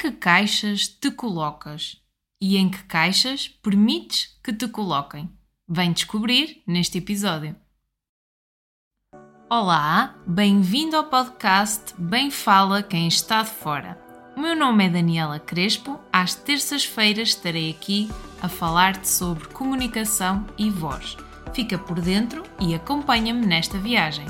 que caixas te colocas? E em que caixas permites que te coloquem? Vem descobrir neste episódio. Olá, bem-vindo ao podcast Bem Fala Quem Está de Fora. O meu nome é Daniela Crespo. Às terças-feiras estarei aqui a falar-te sobre comunicação e voz. Fica por dentro e acompanha-me nesta viagem.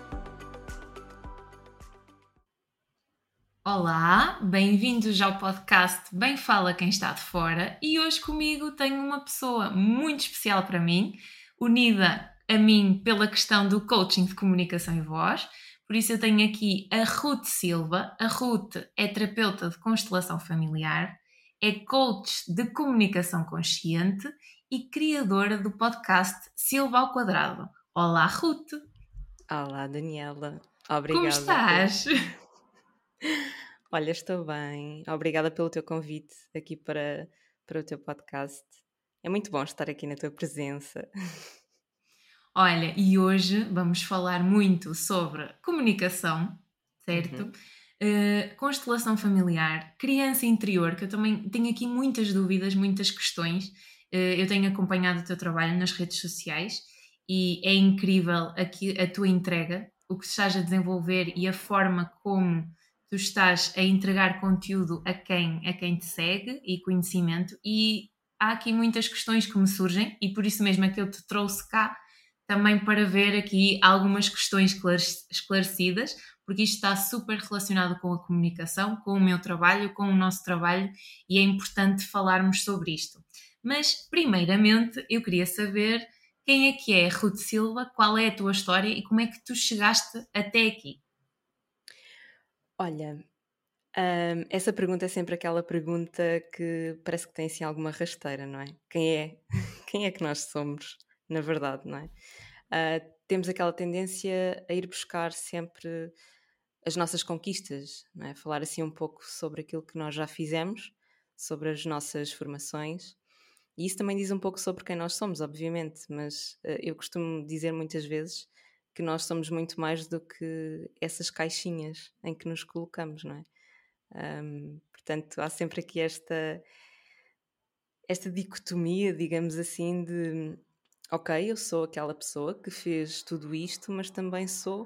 Olá, bem-vindos ao podcast Bem Fala Quem Está de Fora e hoje comigo tenho uma pessoa muito especial para mim, unida a mim pela questão do coaching de comunicação e voz. Por isso eu tenho aqui a Ruth Silva. A Ruth é terapeuta de constelação familiar, é coach de comunicação consciente e criadora do podcast Silva ao Quadrado. Olá, Ruth! Olá, Daniela. Como Obrigada. estás? Olha, estou bem. Obrigada pelo teu convite aqui para o teu podcast. É muito bom estar aqui na tua presença. Olha, e hoje vamos falar muito sobre comunicação, certo? Constelação familiar, criança interior, que eu também tenho aqui muitas dúvidas, muitas questões. Eu tenho acompanhado o teu trabalho nas redes sociais e é incrível aqui a tua entrega, o que estás a desenvolver e a forma como tu estás a entregar conteúdo a quem te segue e conhecimento. E há aqui muitas questões que me surgem e por isso mesmo é que eu te trouxe cá também para ver aqui algumas questões esclarecidas, porque isto está super relacionado com a comunicação, com o meu trabalho, com o nosso trabalho e é importante falarmos sobre isto. Mas, primeiramente, eu queria saber quem é Ruth Silva, qual é a tua história e como é que tu chegaste até aqui? Olha, essa pergunta é sempre aquela pergunta que parece que tem assim alguma rasteira, não é? Quem é? Quem é que nós somos, na verdade, não é? Temos aquela tendência a ir buscar sempre as nossas conquistas, não é? Falar assim um pouco sobre aquilo que nós já fizemos, sobre as nossas formações. E isso também diz um pouco sobre quem nós somos, obviamente, mas eu costumo dizer muitas vezes que nós somos muito mais do que essas caixinhas em que nos colocamos, não é? Portanto, há sempre aqui esta dicotomia, digamos assim, de ok, eu sou aquela pessoa que fez tudo isto, mas também sou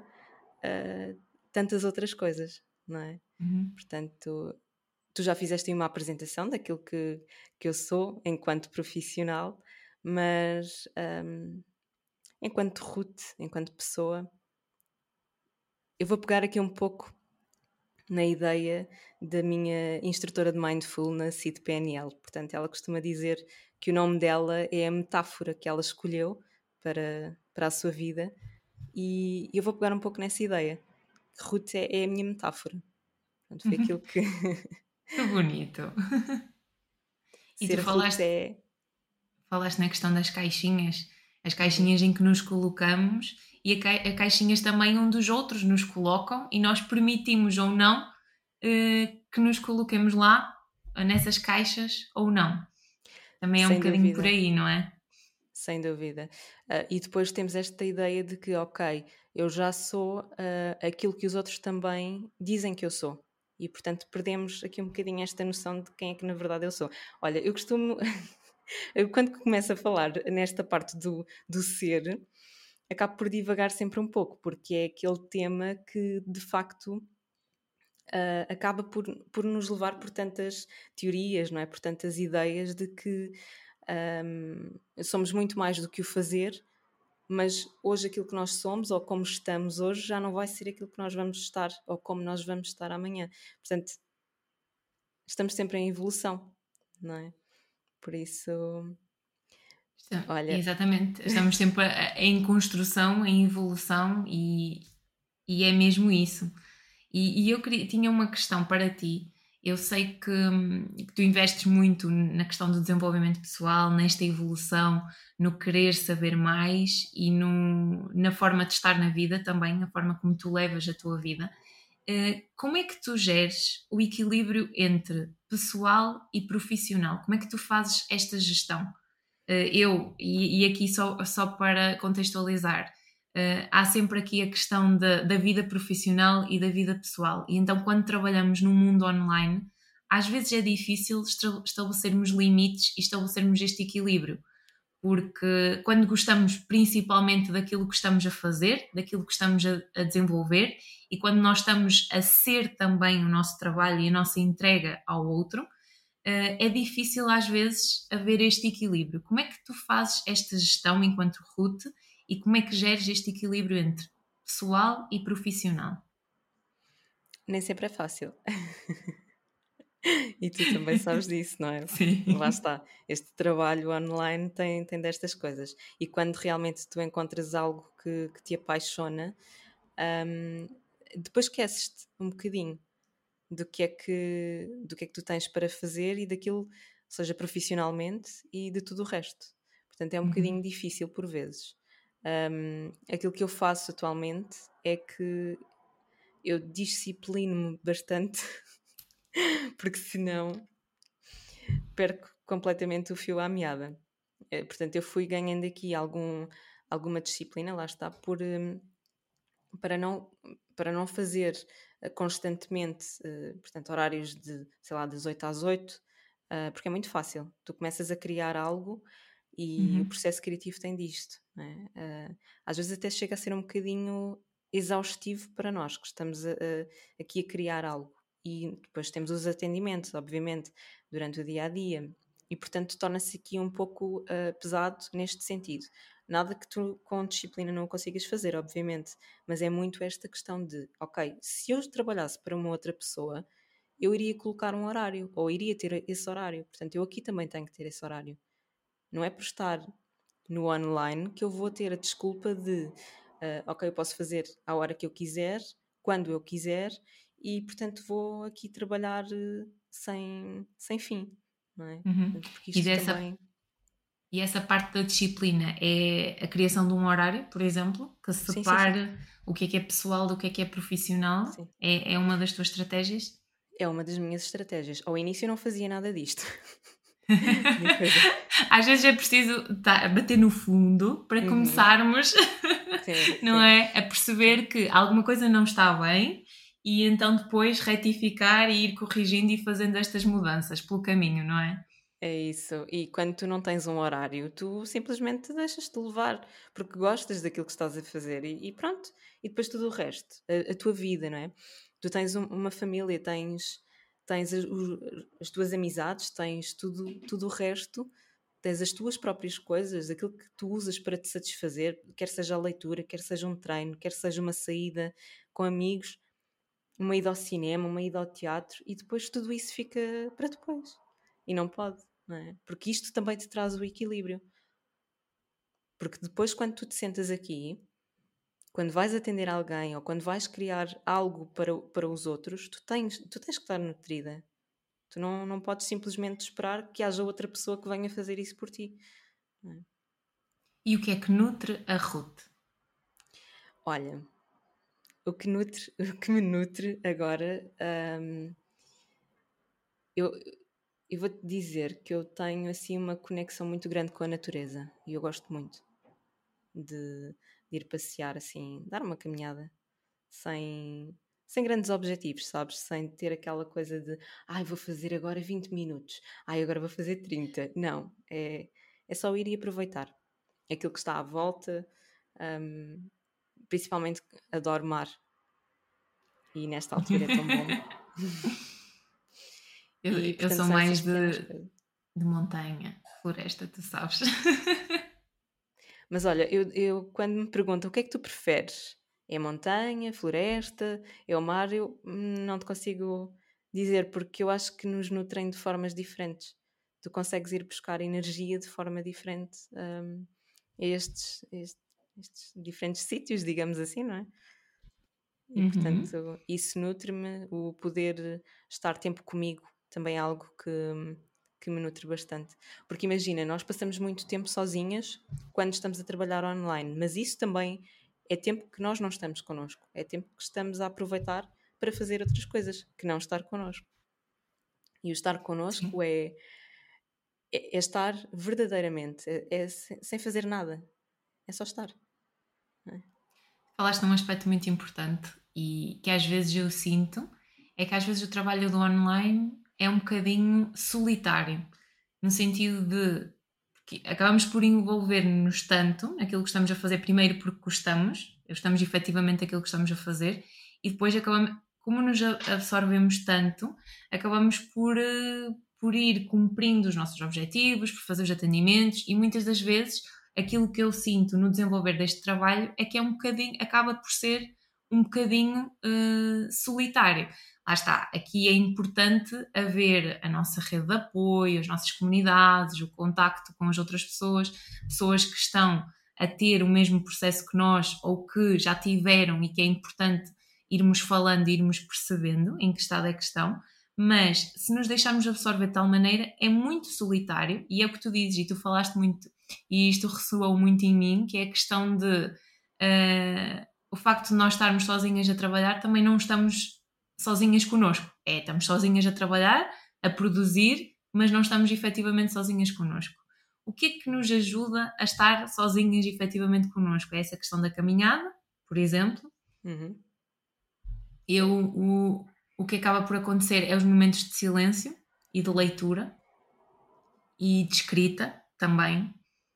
tantas outras coisas, não é? Portanto, tu já fizeste uma apresentação daquilo que eu sou enquanto profissional, mas enquanto Ruth, enquanto pessoa, eu vou pegar aqui um pouco na ideia da minha instrutora de Mindfulness e de PNL. Portanto, ela costuma dizer que o nome dela é a metáfora que ela escolheu para a sua vida e eu vou pegar um pouco nessa ideia. Ruth é a minha metáfora. Portanto, foi aquilo que... Que bonito! E tu Ser Ruth é... falaste na questão das caixinhas, as caixinhas em que nos colocamos e a caixinhas também onde os outros nos colocam e nós permitimos ou não que nos coloquemos lá, nessas caixas ou não. Também é um Sem bocadinho por dúvida. aí, não é? Sem dúvida. E depois temos esta ideia de que, ok, eu já sou aquilo que os outros também dizem que eu sou. E, portanto, perdemos aqui um bocadinho esta noção de quem é que na verdade eu sou. Olha, eu costumo, eu quando começo a falar nesta parte do ser, acabo por divagar sempre um pouco, porque é aquele tema que, de facto, acaba por nos levar por tantas teorias, não é? Por tantas ideias de que somos muito mais do que o fazer, mas hoje aquilo que nós somos ou como estamos hoje já não vai ser aquilo que nós vamos estar ou como nós vamos estar amanhã. Portanto, estamos sempre em evolução, não é? Por isso, olha, Exatamente, estamos sempre em construção, em evolução e é mesmo isso. E eu tinha uma questão para ti. Eu sei que tu investes muito na questão do desenvolvimento pessoal, nesta evolução, no querer saber mais e na forma de estar na vida também, a forma como tu levas a tua vida. Como é que tu geres o equilíbrio entre pessoal e profissional? Como é que tu fazes esta gestão? E aqui só para contextualizar, há sempre aqui a questão da vida profissional e da vida pessoal. E então, quando trabalhamos no mundo online, às vezes é difícil estabelecermos limites e estabelecermos este equilíbrio, porque quando gostamos principalmente daquilo que estamos a fazer, daquilo que estamos a desenvolver, e quando nós estamos a ser também o nosso trabalho e a nossa entrega ao outro, é difícil às vezes haver este equilíbrio. Como é que tu fazes esta gestão enquanto Ruth e como é que geres este equilíbrio entre pessoal e profissional? Nem sempre é fácil. E tu também sabes disso, não é? Lá Sim. está. Este trabalho online tem destas coisas. E quando realmente tu encontras algo que te apaixona, hum, depois esqueces-te um bocadinho do que é que tu tens para fazer e daquilo, seja profissionalmente e de tudo o resto. Portanto, é um bocadinho Uhum. difícil por vezes. Aquilo que eu faço atualmente é que eu disciplino-me bastante, porque senão perco completamente o fio à meada. Portanto, eu fui ganhando aqui alguma disciplina, lá está, para não, para não fazer constantemente, portanto, horários de, sei lá, das 8 às 8, porque é muito fácil. Tu começas a criar algo e o Uhum. processo criativo tem disto. Não é? Às vezes até chega a ser um bocadinho exaustivo para nós que estamos aqui a criar algo. E depois temos os atendimentos, obviamente, durante o dia a dia. E portanto torna-se aqui um pouco pesado neste sentido. Nada que tu com disciplina não consigas fazer, obviamente, mas é muito esta questão de, ok, se eu trabalhasse para uma outra pessoa, eu iria colocar um horário, ou iria ter esse horário. Portanto, eu aqui também tenho que ter esse horário. Não é por estar no online que eu vou ter a desculpa de, ok, eu posso fazer à hora que eu quiser, quando eu quiser, e portanto vou aqui trabalhar sem fim, não é? Uhum. Portanto, porque E, isto dessa, também. e essa parte da disciplina é a criação de um horário, por exemplo, que Sim, sim, sim. separe o que é pessoal do que é profissional? Sim. É uma das tuas estratégias? É uma das minhas estratégias. Ao início eu não fazia nada disto. Depois. Às vezes é preciso bater no fundo para Uhum. começarmos, Sim, não sim, é? A perceber que alguma coisa não está bem e então depois retificar e ir corrigindo e fazendo estas mudanças pelo caminho, não é? é isso. E quando tu não tens um horário, tu simplesmente deixas-te levar, porque gostas daquilo que estás a fazer e pronto. E depois tudo o resto, a tua vida, não é? Tu tens uma família, tens as tuas amizades, tens tudo o resto, tens as tuas próprias coisas, aquilo que tu usas para te satisfazer, quer seja a leitura, quer seja um treino, quer seja uma saída com amigos, uma ida ao cinema, uma ida ao teatro, e depois tudo isso fica para depois. E não pode, não é? Porque isto também te traz o equilíbrio. Porque depois, quando tu te sentas aqui, quando vais atender alguém ou quando vais criar algo para os outros, tu tens que estar nutrida. Tu não podes simplesmente esperar que haja outra pessoa que venha fazer isso por ti. Não é? E o que é que nutre a Ruth? Olha, o que me nutre agora, eu, eu vou-te dizer que eu tenho assim uma conexão muito grande com a natureza e eu gosto muito de ir passear assim, dar uma caminhada sem grandes objetivos, sabes? Sem ter aquela coisa de ai, vou fazer agora 20 minutos, ai, agora vou fazer 30. Não, é só ir e aproveitar aquilo que está à volta, hum, principalmente adoro mar e nesta altura é tão bom. E Eu portanto sou são mais essas pequenas coisas. de montanha, floresta, tu sabes. Mas olha, eu quando me perguntam o que é que tu preferes? É montanha, floresta, é o mar? Eu não te consigo dizer, porque eu acho que nos nutrem de formas diferentes. Tu consegues ir buscar energia de forma diferente a estes diferentes sítios, digamos assim, não é? E Uhum. portanto, isso nutre-me, o poder estar tempo comigo também é algo que me nutre bastante. Porque imagina, nós passamos muito tempo sozinhas quando estamos a trabalhar online, mas isso também é tempo que nós não estamos connosco, é tempo que estamos a aproveitar para fazer outras coisas, que não estar connosco. E o estar connosco Sim. é estar verdadeiramente, é sem fazer nada, é só estar. Não é? Falaste num aspecto muito importante e que às vezes eu sinto, é que às vezes o trabalho do online é um bocadinho solitário, no sentido de que acabamos por envolver-nos tanto naquilo que estamos a fazer, primeiro porque gostamos efetivamente daquilo que estamos a fazer, e depois acabamos, como nos absorvemos tanto, acabamos por ir cumprindo os nossos objetivos, por fazer os atendimentos, e muitas das vezes aquilo que eu sinto no desenvolver deste trabalho é que é um bocadinho, acaba por ser um bocadinho solitário. Lá está, aqui é importante haver a nossa rede de apoio, as nossas comunidades, o contacto com as outras pessoas, pessoas que estão a ter o mesmo processo que nós ou que já tiveram, e que é importante irmos falando e irmos percebendo em que estado é que estão. Mas se nos deixarmos absorver de tal maneira, é muito solitário, e é o que tu dizes, e tu falaste muito, e isto ressoou muito em mim, que é a questão de o facto de nós estarmos sozinhas a trabalhar, também não estamos sozinhas connosco. Estamos sozinhas a trabalhar, a produzir, mas não estamos efetivamente sozinhas connosco. O que é que nos ajuda a estar sozinhas efetivamente connosco? É essa questão da caminhada, por exemplo. Uhum. O que acaba por acontecer é os momentos de silêncio e de leitura e de escrita também.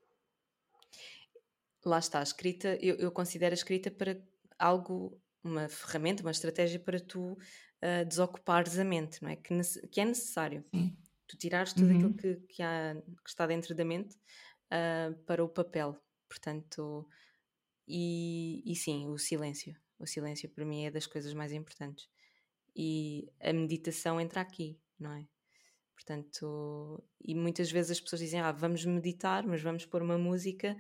Lá está, a escrita, eu considero a escrita para algo, uma ferramenta, uma estratégia para tu desocupares a mente, não é? Que é necessário. Sim. Tu tirares tudo aquilo Uhum. que está dentro da mente para o papel. Portanto, e sim, o silêncio. O silêncio para mim é das coisas mais importantes. E a meditação entra aqui, não é? Portanto, e muitas vezes as pessoas dizem, vamos meditar, mas vamos pôr uma música.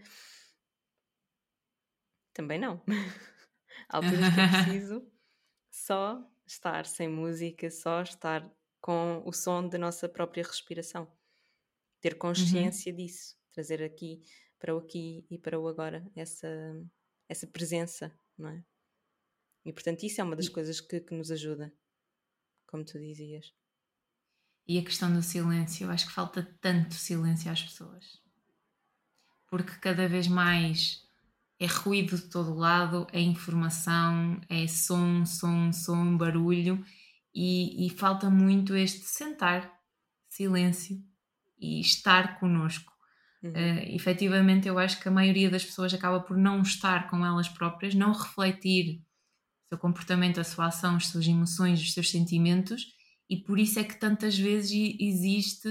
Também não. Há alturas que é preciso só estar sem música, só estar com o som da nossa própria respiração. Ter Uhum. consciência disso. Trazer aqui para o aqui e para o agora essa presença, não é? E portanto isso é uma das E, coisas que nos ajuda, como tu dizias. e a questão do silêncio, eu acho que falta tanto silêncio às pessoas. Porque cada vez mais é ruído de todo lado, é informação, é som, barulho, e falta muito este sentar, silêncio e estar connosco. Uhum. Efetivamente, eu acho que a maioria das pessoas acaba por não estar com elas próprias, não refletir o seu comportamento, a sua ação, as suas emoções, os seus sentimentos, e por isso é que tantas vezes existe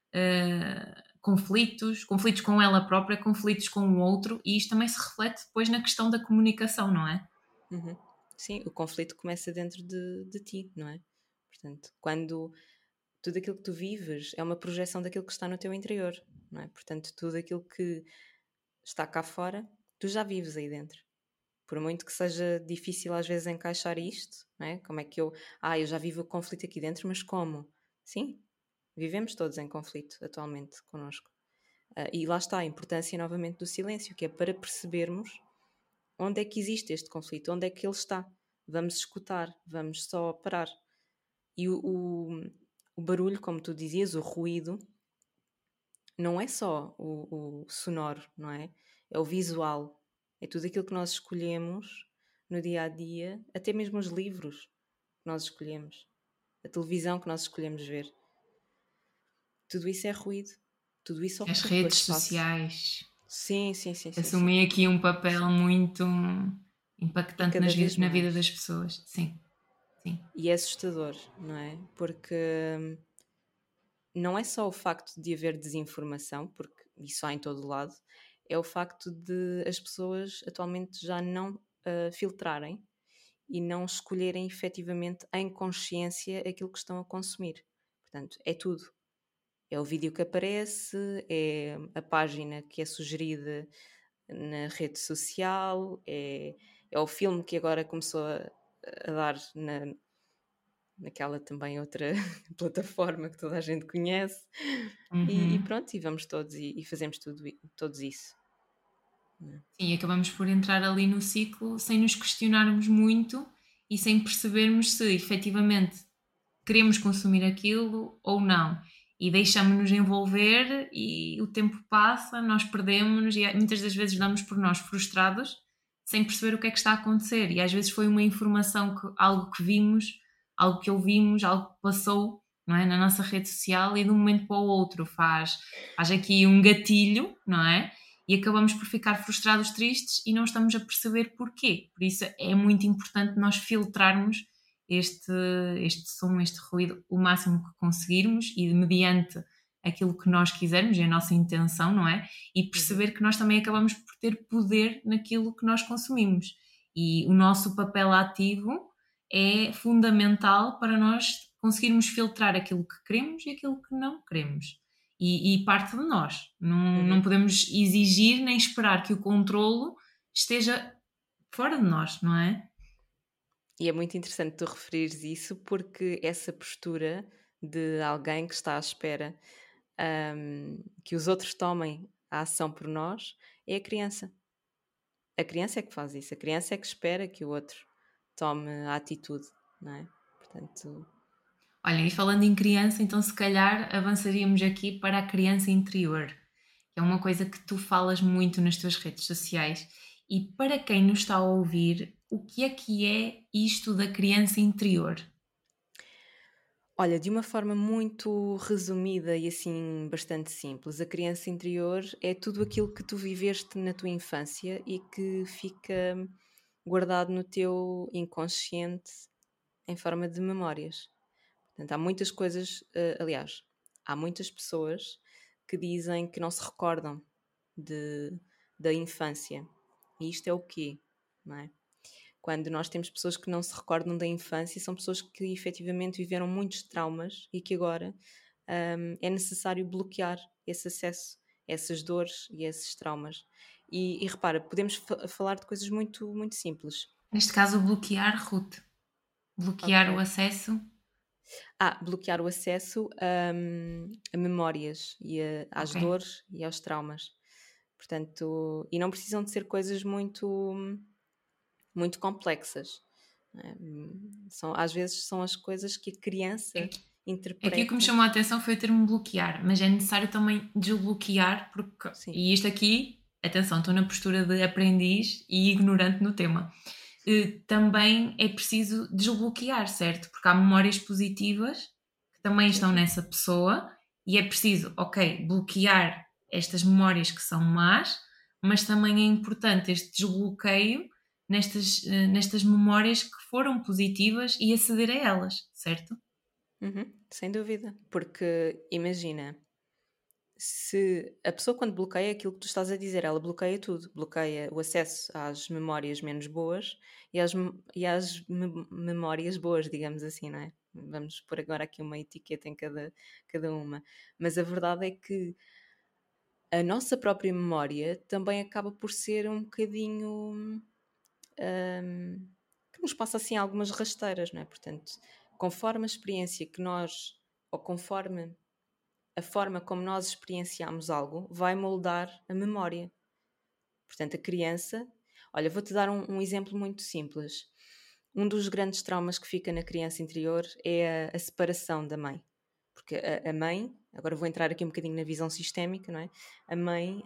conflitos com ela própria, conflitos com o outro, e isto também se reflete depois na questão da comunicação, não é? Uhum. Sim, o conflito começa dentro de ti, não é? Portanto, quando tudo aquilo que tu vives é uma projeção daquilo que está no teu interior, não é? Portanto, tudo aquilo que está cá fora, tu já vives aí dentro. Por muito que seja difícil às vezes encaixar isto, não é? Como é que eu já vivo o conflito aqui dentro, mas como? Sim, vivemos todos em conflito atualmente connosco. E lá está a importância novamente do silêncio, que é para percebermos onde é que existe este conflito, onde é que ele está. Vamos escutar, vamos só parar. E o barulho, como tu dizias, o ruído, não é só o sonoro, não é? É o visual, é tudo aquilo que nós escolhemos no dia a dia, até mesmo os livros que nós escolhemos, a televisão que nós escolhemos ver. Tudo isso é ruído, tudo isso As ocupa redes espaço. sociais Sim, sim, sim, sim, sim. assumem aqui um papel muito E impactante cada vez na vida mais. das pessoas. Sim, sim. E é assustador, não é? Porque não é só o facto de haver desinformação, porque isso há em todo lado, é o facto de as pessoas atualmente já não filtrarem e não escolherem efetivamente em consciência aquilo que estão a consumir. Portanto, é tudo. É o vídeo que aparece, é a página que é sugerida na rede social, é o filme que agora começou a dar naquela também outra plataforma que toda a gente conhece. E Uhum. pronto, e vamos todos e fazemos todos isso. Sim, acabamos por entrar ali no ciclo sem nos questionarmos muito e sem percebermos se efetivamente queremos consumir aquilo ou não. E deixamos-nos envolver e o tempo passa, nós perdemos-nos e muitas das vezes damos por nós frustrados sem perceber o que é que está a acontecer. E às vezes foi uma informação, algo que vimos, algo que ouvimos, algo que passou, não é? Na nossa rede social e de um momento para o outro faz aqui um gatilho, não é? E acabamos por ficar frustrados, tristes e não estamos a perceber porquê. Por isso é muito importante nós filtrarmos este, este som, este ruído, o máximo que conseguirmos e mediante aquilo que nós quisermos e a nossa intenção, não é? E Uhum. perceber que nós também acabamos por ter poder naquilo que nós consumimos. E o nosso papel ativo é fundamental para nós conseguirmos filtrar aquilo que queremos e aquilo que não queremos. E parte de nós. Não Uhum. podemos exigir nem esperar que o controlo esteja fora de nós, não é? E é muito interessante tu referires isso porque essa postura de alguém que está à espera que os outros tomem a ação por nós é a criança. A criança é que faz isso, a criança é que espera que o outro tome a atitude, não é? Portanto, Olha, e falando em criança, então se calhar avançaríamos aqui para a criança interior, que é uma coisa que tu falas muito nas tuas redes sociais. E para quem nos está a ouvir, o que é isto da criança interior? olha, de uma forma muito resumida e assim bastante simples, a criança interior é tudo aquilo que tu viveste na tua infância e que fica guardado no teu inconsciente em forma de memórias. Portanto, há muitas coisas, aliás, há muitas pessoas que dizem que não se recordam de, da infância. E isto é o quê? Não é? Quando nós temos pessoas que não se recordam da infância, são pessoas que efetivamente viveram muitos traumas e que agora é necessário bloquear esse acesso a essas dores e a esses traumas. E repara, podemos falar de coisas muito, muito simples. Neste caso, bloquear, Ruth. Bloquear o Ok. acesso. Bloquear o acesso a memórias e às Ok. dores e aos traumas. Portanto, e não precisam de ser coisas muito, muito complexas. Não é? Às vezes são as coisas que a criança Aqui o que me interpreta. chamou a atenção foi o termo bloquear, mas é necessário também desbloquear, porque. Sim. E isto aqui, atenção, estou na postura de aprendiz e ignorante no tema. Também é preciso desbloquear, certo? Porque há memórias positivas que também Sim, estão sim. nessa pessoa e é preciso, ok, bloquear estas memórias que são más, mas também é importante este desbloqueio nestas memórias que foram positivas e aceder a elas, certo? Uhum, sem dúvida. Porque imagina, se a pessoa quando bloqueia aquilo que tu estás a dizer, ela bloqueia tudo, bloqueia o acesso às memórias menos boas e às memórias boas, digamos assim, não é? Vamos pôr agora aqui uma etiqueta em cada uma. Mas a verdade é que a nossa própria memória também acaba por ser um bocadinho que nos passa assim algumas rasteiras, não é? Portanto, conforme a experiência que nós, ou conforme a forma como nós experienciamos algo vai moldar a memória. Portanto, a criança. Olha, vou-te dar um exemplo muito simples. Um dos grandes traumas que fica na criança interior é a separação da mãe. Porque a mãe, agora vou entrar aqui um bocadinho na visão sistémica, não é? A mãe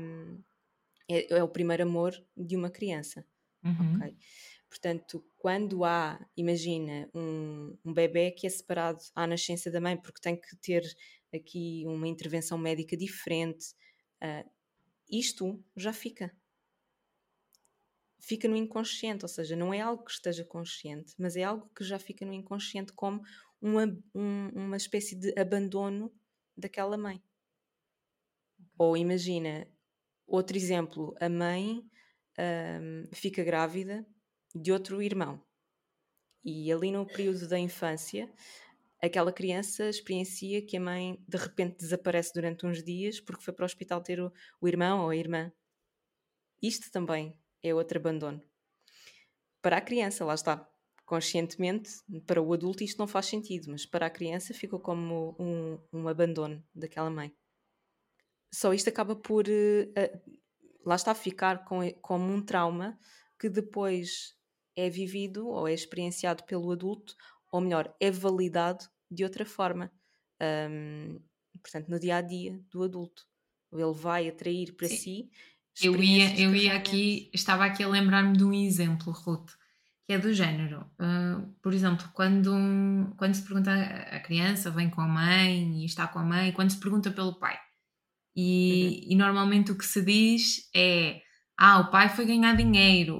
é o primeiro amor de uma criança. Ok? Uhum. Portanto, quando há, imagina, um bebê que é separado à nascença da mãe porque tem que ter aqui uma intervenção médica diferente, ah, isto já fica no inconsciente, ou seja, não é algo que esteja consciente, mas é algo que já fica no inconsciente como uma espécie de abandono daquela mãe. Ou imagina, outro exemplo, a mãe fica grávida de outro irmão. E ali no período da infância, aquela criança experiencia que a mãe de repente desaparece durante uns dias porque foi para o hospital ter o irmão ou a irmã. Isto também é outro abandono. Para a criança, lá está. Conscientemente, para o adulto isto não faz sentido, mas para a criança ficou como um abandono daquela mãe. Só isto acaba por, lá está, ficar como um trauma que depois é vivido ou é experienciado pelo adulto, ou melhor, é validado de outra forma. Hum, Portanto, no dia a dia do adulto. Ele vai atrair para Sim. si Eu ia, experiências eu que ia realmente. aqui, estava aqui a lembrar-me de um exemplo, Ruth, que é do género, por exemplo, quando se pergunta a criança, vem com a mãe e está com a mãe, quando se pergunta pelo pai, Uhum. e normalmente o que se diz é: o pai foi ganhar dinheiro,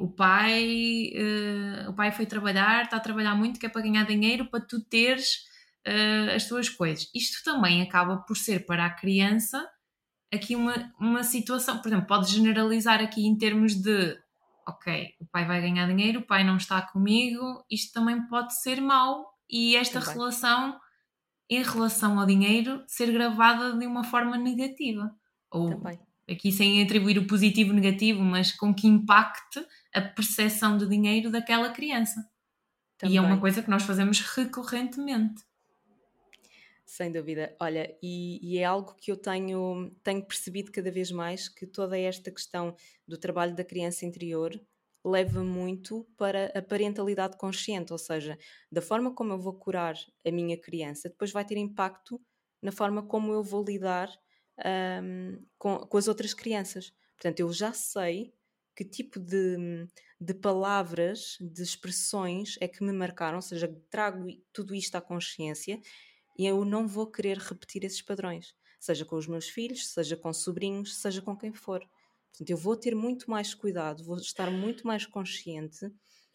o pai foi trabalhar, está a trabalhar muito, que é para ganhar dinheiro para tu teres as tuas coisas. Isto também acaba por ser para a criança aqui uma situação, por exemplo, pode generalizar aqui em termos de ok, o pai vai ganhar dinheiro, o pai não está comigo, isto também pode ser mau e esta Também, relação, em relação ao dinheiro, ser gravada de uma forma negativa. Ou também, aqui sem atribuir o positivo e negativo, mas com que impacte a percepção de dinheiro daquela criança. E é uma também. coisa que nós fazemos recorrentemente. Sem dúvida. Olha, e é algo que eu tenho percebido cada vez mais, que toda esta questão do trabalho da criança interior leva muito para a parentalidade consciente, ou seja, da forma como eu vou curar a minha criança, depois vai ter impacto na forma como eu vou lidar com as outras crianças. Portanto, eu já sei que tipo de palavras, de expressões é que me marcaram, ou seja, trago tudo isto à consciência e eu não vou querer repetir esses padrões, seja com os meus filhos, seja com sobrinhos, seja com quem for. Portanto, eu vou ter muito mais cuidado, vou estar muito mais consciente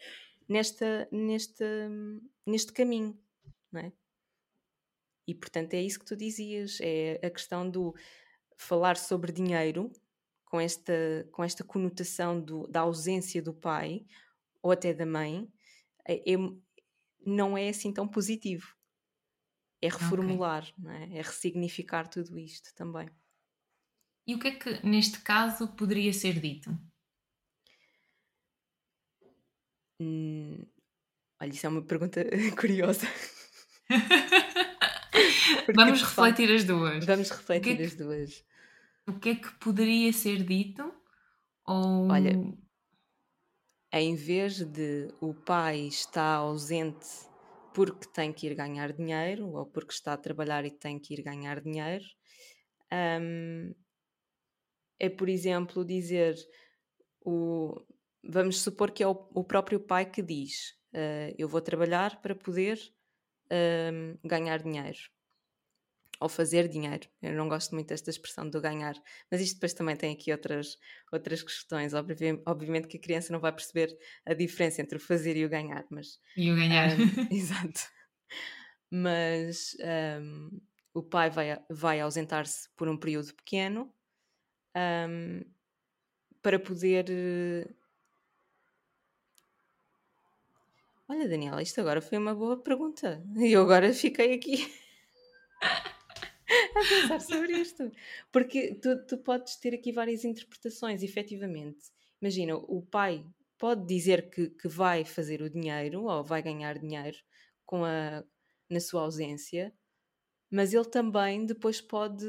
neste caminho, não é? E portanto é isso que tu dizias, é a questão do falar sobre dinheiro com esta conotação da ausência do pai ou até da mãe, não é assim tão positivo. É Ok. reformular, não é? É ressignificar tudo isto também. E o que é que neste caso poderia ser dito? Hum, olha, isso é uma pergunta curiosa, porque Vamos de facto refletir as duas. vamos O que é refletir que, as duas. o que é que poderia ser dito? Olha, Ou. em vez de o pai está ausente porque tem que ir ganhar dinheiro ou porque está a trabalhar e tem que ir ganhar dinheiro, hum, é, por exemplo, dizer o, vamos supor que é o próprio pai que diz: eu vou trabalhar para poder ganhar dinheiro ou fazer dinheiro. Eu não gosto muito desta expressão do ganhar, mas isto depois também tem aqui outras questões. Obviamente que a criança não vai perceber a diferença entre o fazer e o ganhar, mas E o ganhar. exato. Mas o pai vai ausentar-se por um período pequeno ahm, para poder. Olha, Daniela, isto agora foi uma boa pergunta. E eu agora fiquei aqui a pensar sobre isto. Porque tu podes ter aqui várias interpretações, efetivamente. Imagina, o pai pode dizer que vai fazer o dinheiro ou vai ganhar dinheiro na sua ausência, mas ele também depois pode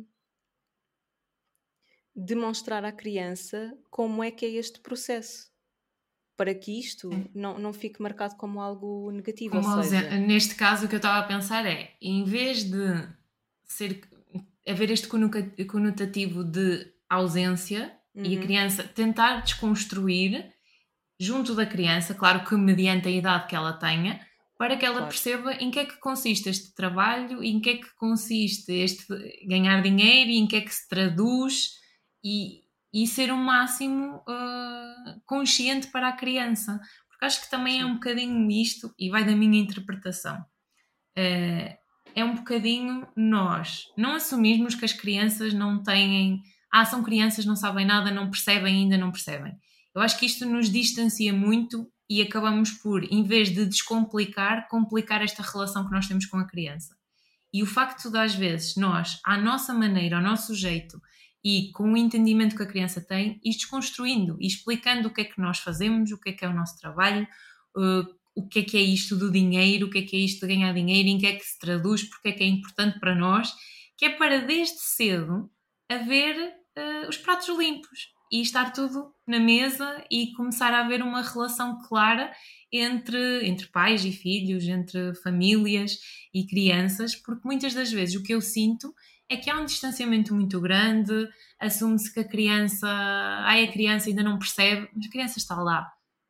demonstrar à criança como é que é este processo, para que isto Sim. não fique marcado como algo negativo. Ou Como seja, neste caso, o que eu estava a pensar é, em vez de ser, haver este conotativo de ausência e a uhum, criança tentar desconstruir junto da criança, claro que mediante a idade que ela tenha, para que ela claro, perceba em que é que consiste este trabalho, em que é que consiste este ganhar dinheiro, e em que é que se traduz e ser o máximo consciente para a criança. Porque acho que também é sim, um bocadinho isto, e vai da minha interpretação. É um bocadinho nós não assumirmos que as crianças não têm. São crianças, não sabem nada, não percebem, ainda não percebem. Eu acho que isto nos distancia muito e acabamos por, em vez de descomplicar, complicar esta relação que nós temos com a criança. E o facto de, às vezes, nós, à nossa maneira, ao nosso jeito e com o entendimento que a criança tem, ir desconstruindo e explicando o que é que nós fazemos, o que é o nosso trabalho, o que é isto do dinheiro, o que é isto de ganhar dinheiro, em que é que se traduz, porque é importante para nós, que é para desde cedo haver os pratos limpos e estar tudo na mesa e começar a haver uma relação clara entre pais e filhos, entre famílias e crianças, porque muitas das vezes o que eu sinto é que há um distanciamento muito grande, assume-se que a criança ainda não percebe, mas a criança está lá.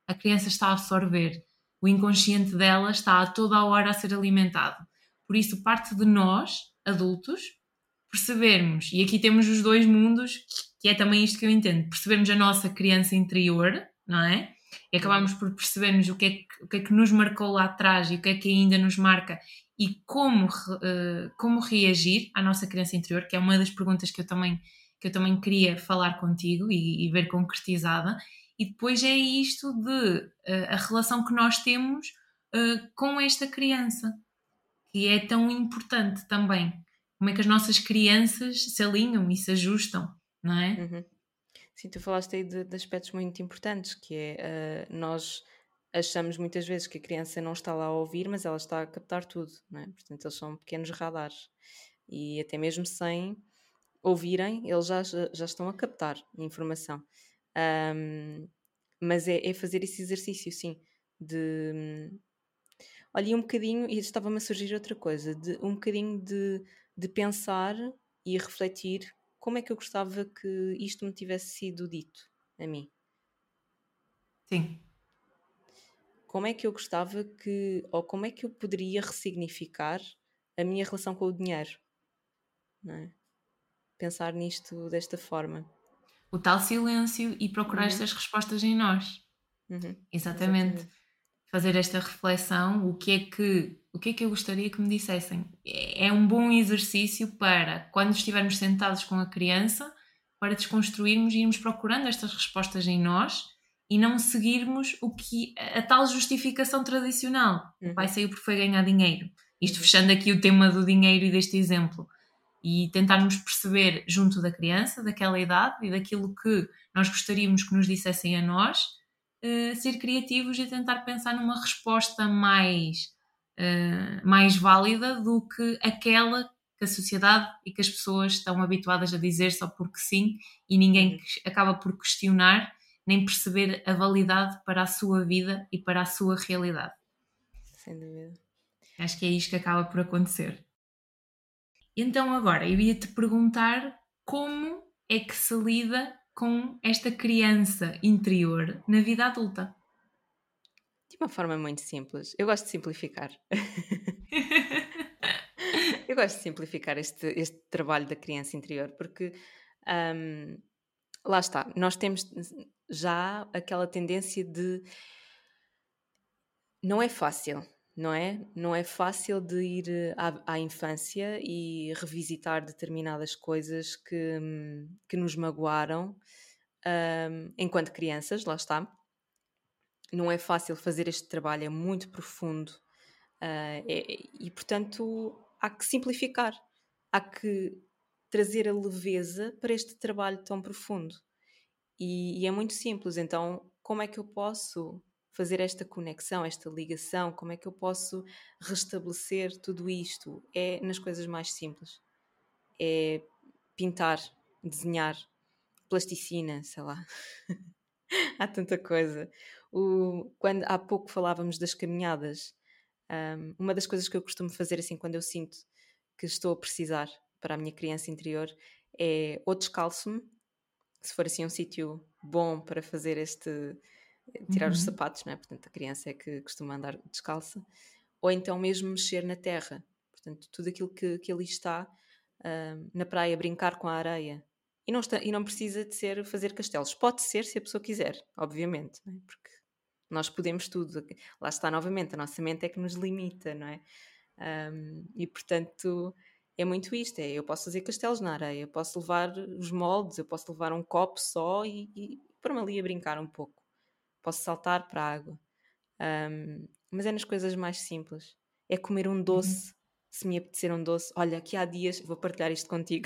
a criança está a absorver. O inconsciente dela está a toda a hora a ser alimentado. Por isso, parte de nós, adultos, percebermos, e aqui temos os dois mundos, que é também isto que eu entendo, percebermos a nossa criança interior, não é? E acabamos por percebermos o que é que nos marcou lá atrás e o que é que ainda nos marca e como reagir à nossa criança interior, que é uma das perguntas que eu também queria falar contigo e ver concretizada. E depois é isto de a relação que nós temos com esta criança, que é tão importante também. Como é que as nossas crianças se alinham e se ajustam, não é? Uhum. Sim, tu falaste aí de aspectos muito importantes, que é nós achamos muitas vezes que a criança não está lá a ouvir, mas ela está a captar tudo, não é? Portanto, eles são pequenos radares. E até mesmo sem ouvirem, eles já estão a captar informação. Mas é fazer esse exercício, sim, de olha, e um bocadinho, e estava-me a surgir outra coisa, de um bocadinho de pensar e refletir como é que eu gostava que isto me tivesse sido dito a mim. Sim. Como é que eu gostava que, ou como é que eu poderia ressignificar a minha relação com o dinheiro, não é? Pensar nisto desta forma. O tal silêncio e procurar Uhum, estas respostas em nós. uhum, Exatamente. exatamente. Fazer esta reflexão, o que é que eu gostaria que me dissessem. É um bom exercício para, quando estivermos sentados com a criança, para desconstruirmos e irmos procurando estas respostas em nós e não seguirmos a tal justificação tradicional. O pai Uhum, saiu porque foi ganhar dinheiro. Isto uhum, fechando aqui o tema do dinheiro e deste exemplo. E tentarmos perceber junto da criança, daquela idade e daquilo que nós gostaríamos que nos dissessem a nós, ser criativos e tentar pensar numa resposta mais válida do que aquela que a sociedade e que as pessoas estão habituadas a dizer só porque sim, e ninguém uhum. acaba por questionar nem perceber a validade para a sua vida e para a sua realidade. Sem dúvida. Acho que é isto que acaba por acontecer. Então agora eu ia te perguntar como é que se lida com esta criança interior na vida adulta. De uma forma muito simples. Eu gosto de simplificar. Eu gosto de simplificar este trabalho da criança interior, porque hum, lá está, nós temos já aquela tendência de não é fácil, não é? Não é fácil de ir à infância e revisitar determinadas coisas que nos magoaram enquanto crianças, lá está. Não é fácil fazer este trabalho, é muito profundo. E, portanto, há que simplificar, há que trazer a leveza para este trabalho tão profundo. E é muito simples, então, como é que eu posso fazer esta conexão, esta ligação? Como é que eu posso restabelecer tudo isto? É nas coisas mais simples. É pintar, desenhar, plasticina, sei lá. Há tanta coisa. Quando há pouco falávamos das caminhadas, uma das coisas que eu costumo fazer assim quando eu sinto que estou a precisar para a minha criança interior é ou descalço-me, se for assim um sítio bom para fazer tirar os Uhum. sapatos, não é? Portanto, a criança é que costuma andar descalça, ou então mesmo mexer na terra, portanto, tudo aquilo que ali está, na praia, brincar com a areia. E não precisa de ser fazer castelos. Pode ser se a pessoa quiser, obviamente, não é? Porque nós podemos tudo. Lá está novamente, a nossa mente é que nos limita, não é? E portanto é muito isto: eu posso fazer castelos na areia, eu posso levar os moldes, eu posso levar um copo só e pôr-me ali a brincar um pouco. Posso saltar para a água. Mas é nas coisas mais simples. É comer um Uhum. doce, se me apetecer um doce. Olha, aqui há dias, vou partilhar isto contigo.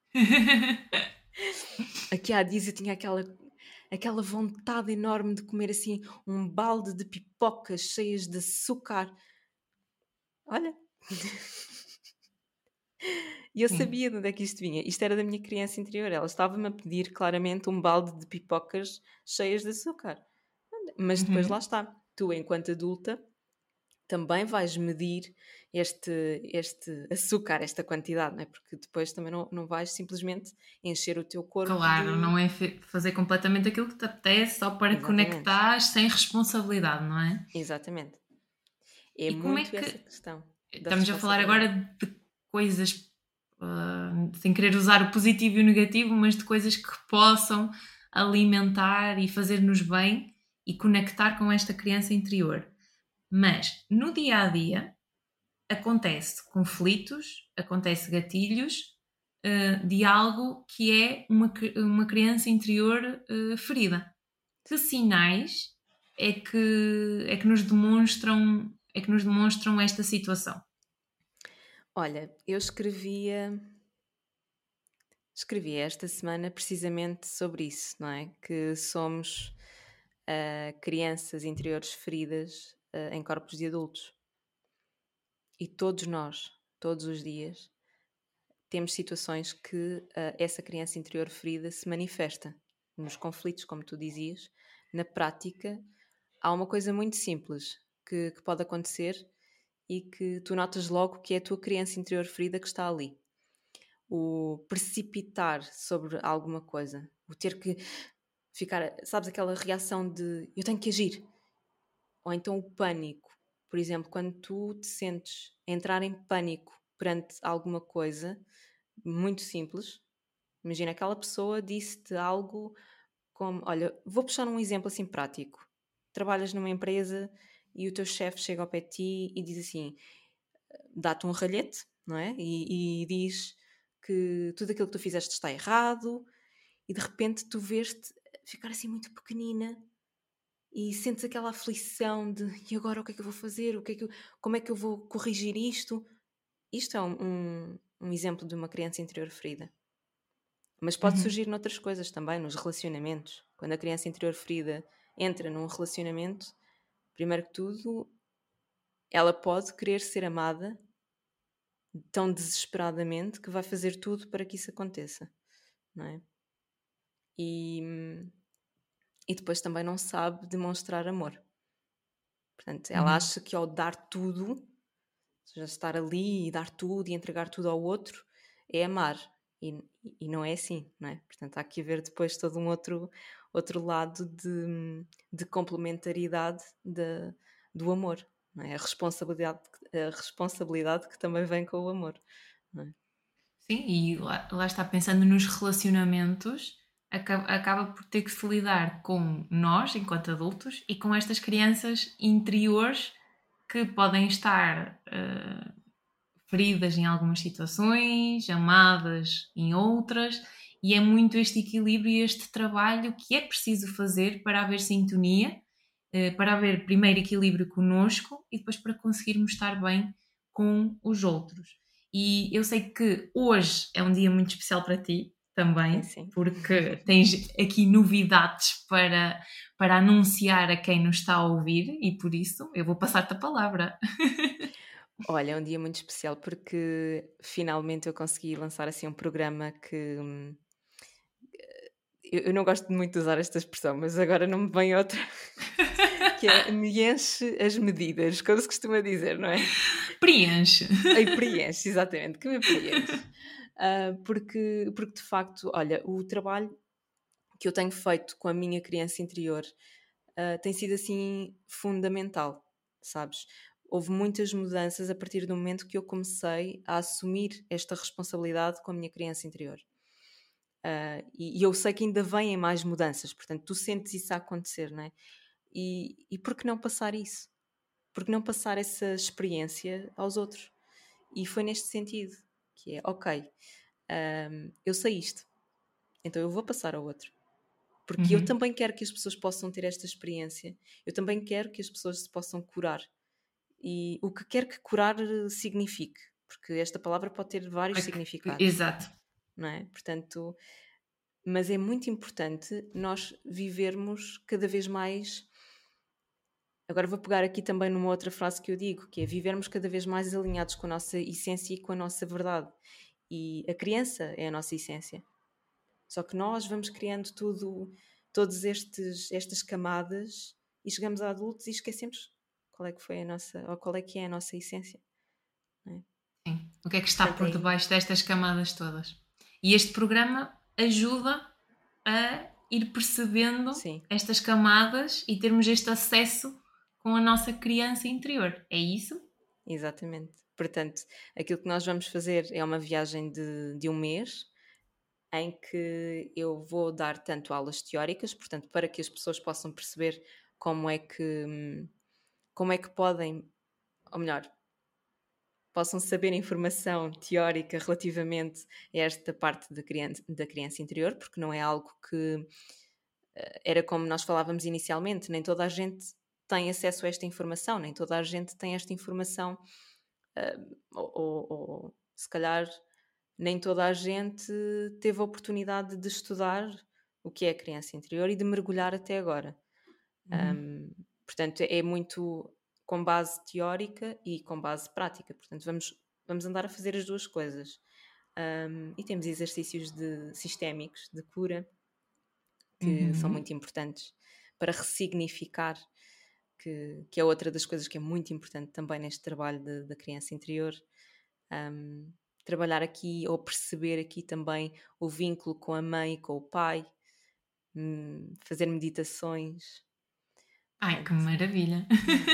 Aqui há dias eu tinha aquela vontade enorme de comer assim um balde de pipocas cheias de açúcar. Olha, e eu Sim. sabia de onde é que isto vinha. Isto era da minha criança interior. Ela estava-me a pedir claramente um balde de pipocas cheias de açúcar. Mas depois lá Uhum. está. Tu, enquanto adulta, também vais medir este açúcar, esta quantidade, não é? Porque depois também não vais simplesmente encher o teu corpo Claro, de... não é fazer completamente aquilo que te apetece só para Exatamente, conectar sem responsabilidade, não é? exatamente. É E como é muito que essa questão da estamos a falar agora responsabilidade. de coisas, sem querer usar o positivo e o negativo, mas de coisas que possam alimentar e fazer-nos bem e conectar com esta criança interior. Mas no dia a dia acontece conflitos, acontece gatilhos de algo que é uma criança interior ferida. Que sinais é que nos demonstram esta situação? Olha, eu escrevi esta semana precisamente sobre isso, não é? Que somos crianças interiores feridas em corpos de adultos. E todos nós, todos os dias, temos situações que essa criança interior ferida se manifesta nos conflitos, como tu dizias. Na prática, há uma coisa muito simples que pode acontecer e que tu notas logo que é a tua criança interior ferida que está ali. O precipitar sobre alguma coisa, o ter que ficar, sabes, aquela reação de eu tenho que agir, ou então o pânico. Por exemplo, quando tu te sentes entrar em pânico perante alguma coisa muito simples, imagina aquela pessoa disse-te algo como: olha, vou puxar um exemplo assim prático. Trabalhas numa empresa e o teu chefe chega ao pé de ti e diz assim: dá-te um ralhete, não é? E diz que tudo aquilo que tu fizeste está errado, e de repente tu vês-te ficar assim muito pequenina e sentes aquela aflição de e agora o que é que eu vou fazer? Como é que eu vou corrigir isto? Isto é um exemplo de uma criança interior ferida. Mas pode Uhum. surgir noutras coisas também, nos relacionamentos. Quando a criança interior ferida entra num relacionamento, primeiro que tudo, ela pode querer ser amada tão desesperadamente que vai fazer tudo para que isso aconteça, não é? E, e depois também não sabe demonstrar amor. Portanto, ela Uhum. acha que ao dar tudo, ou seja, estar ali e dar tudo e entregar tudo ao outro, é amar. E não é assim, não é? Portanto, há que haver depois todo um outro lado de complementaridade do amor, não é? A responsabilidade que também vem com o amor, não é? Sim, e lá está pensando nos relacionamentos, acaba por ter que se lidar com nós, enquanto adultos, e com estas crianças interiores que podem estar feridas em algumas situações, amadas em outras, e é muito este equilíbrio e este trabalho que é preciso fazer para haver sintonia, para haver primeiro equilíbrio conosco e depois para conseguirmos estar bem com os outros. E eu sei que hoje é um dia muito especial para ti Sim, também, sim. porque tens aqui novidades para anunciar a quem nos está a ouvir e por isso eu vou passar-te a palavra. Olha, é um dia muito especial porque finalmente eu consegui lançar assim um programa que eu não gosto muito de usar esta expressão, mas agora não me vem outra, que é me enche as medidas, como se costuma dizer, não é? Preenche. Aí preenche, exatamente, que me preenche. Porque de facto, olha, o trabalho que eu tenho feito com a minha criança interior tem sido assim fundamental, sabes? Houve muitas mudanças a partir do momento que eu comecei a assumir esta responsabilidade com a minha criança interior. E eu sei que ainda vêm mais mudanças, portanto, tu sentes isso a acontecer, não é? E por que não passar isso? Por que não passar essa experiência aos outros? E foi neste sentido, que é, ok, eu sei isto, então eu vou passar ao outro. Porque eu Uhum. também quero que as pessoas possam ter esta experiência. Eu também quero que as pessoas se possam curar. E o que quer que curar signifique, porque esta palavra pode ter vários significados, Exato. não é? Portanto, mas é muito importante nós vivermos cada vez mais. Agora vou pegar aqui também numa outra frase que eu digo, que é vivermos cada vez mais alinhados com a nossa essência e com a nossa verdade. E a criança é a nossa essência. Só que nós vamos criando todas estas camadas e chegamos a adultos e esquecemos qual é que foi a nossa, ou qual é que é a nossa essência, não é? Sim. O que é que está Portanto, por debaixo destas camadas todas? E este programa ajuda a ir percebendo sim, estas camadas e termos este acesso com a nossa criança interior. É isso? exatamente. Portanto, aquilo que nós vamos fazer é uma viagem de um mês, em que eu vou dar tanto aulas teóricas, portanto, para que as pessoas possam perceber como é que, como é que podem, ou melhor, possam saber informação teórica relativamente a esta parte da criança interior, porque não é algo que era como nós falávamos inicialmente, nem toda a gente tem acesso a esta informação, nem toda a gente tem esta informação, ou se calhar nem toda a gente teve a oportunidade de estudar o que é a criança interior e de mergulhar até agora. Uhum. Portanto, é muito com base teórica e com base prática. Portanto, vamos andar a fazer as duas coisas. E temos exercícios sistémicos de cura que são Uhum. muito importantes para ressignificar, que é outra das coisas que é muito importante também neste trabalho da criança interior. Um, Trabalhar aqui ou perceber aqui também o vínculo com a mãe e com o pai, fazer meditações. Ai, que Portanto, maravilha!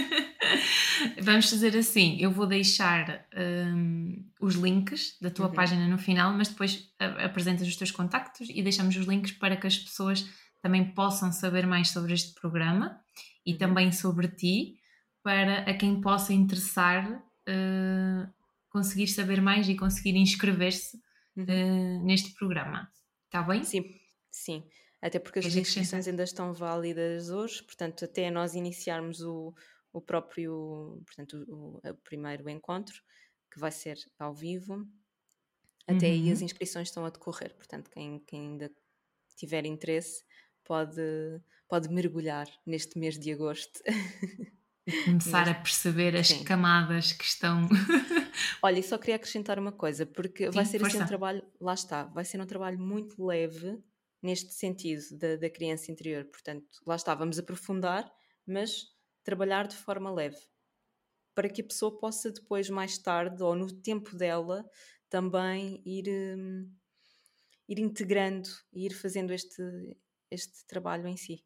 Vamos fazer assim: eu vou deixar os links da tua uhum, página no final, mas depois apresentas os teus contactos e deixamos os links para que as pessoas também possam saber mais sobre este programa e uhum, também sobre ti, para a quem possa interessar conseguir saber mais e conseguir inscrever-se uhum. neste programa. Está bem? Sim, sim. Até porque as Queres acrescentar? inscrições ainda estão válidas hoje, portanto, até nós iniciarmos o próprio, portanto, o primeiro encontro, que vai ser ao vivo, até aí as Uhum. inscrições estão a decorrer. Portanto, quem ainda tiver interesse pode, pode mergulhar neste mês de agosto. E começar a Neste, perceber as sim. camadas que estão. Olha, e só queria acrescentar uma coisa, porque vai Sim, ser assim um força. trabalho, lá está, vai ser um trabalho muito leve neste sentido da criança interior. Portanto, lá está, vamos aprofundar, mas trabalhar de forma leve, para que a pessoa possa depois, mais tarde, ou no tempo dela, também ir integrando e ir fazendo este trabalho em si.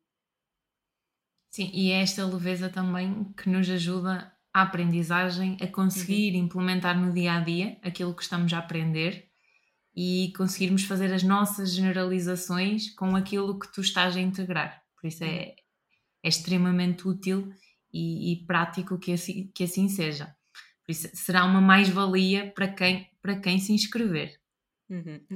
Sim, e é esta leveza também que nos ajuda a aprendizagem, a Uhum, conseguir implementar no dia a dia aquilo que estamos a aprender e conseguirmos fazer as nossas generalizações com aquilo que tu estás a integrar. Por isso uhum, é extremamente útil e prático que assim seja. Por isso será uma mais-valia para quem se inscrever. uhum.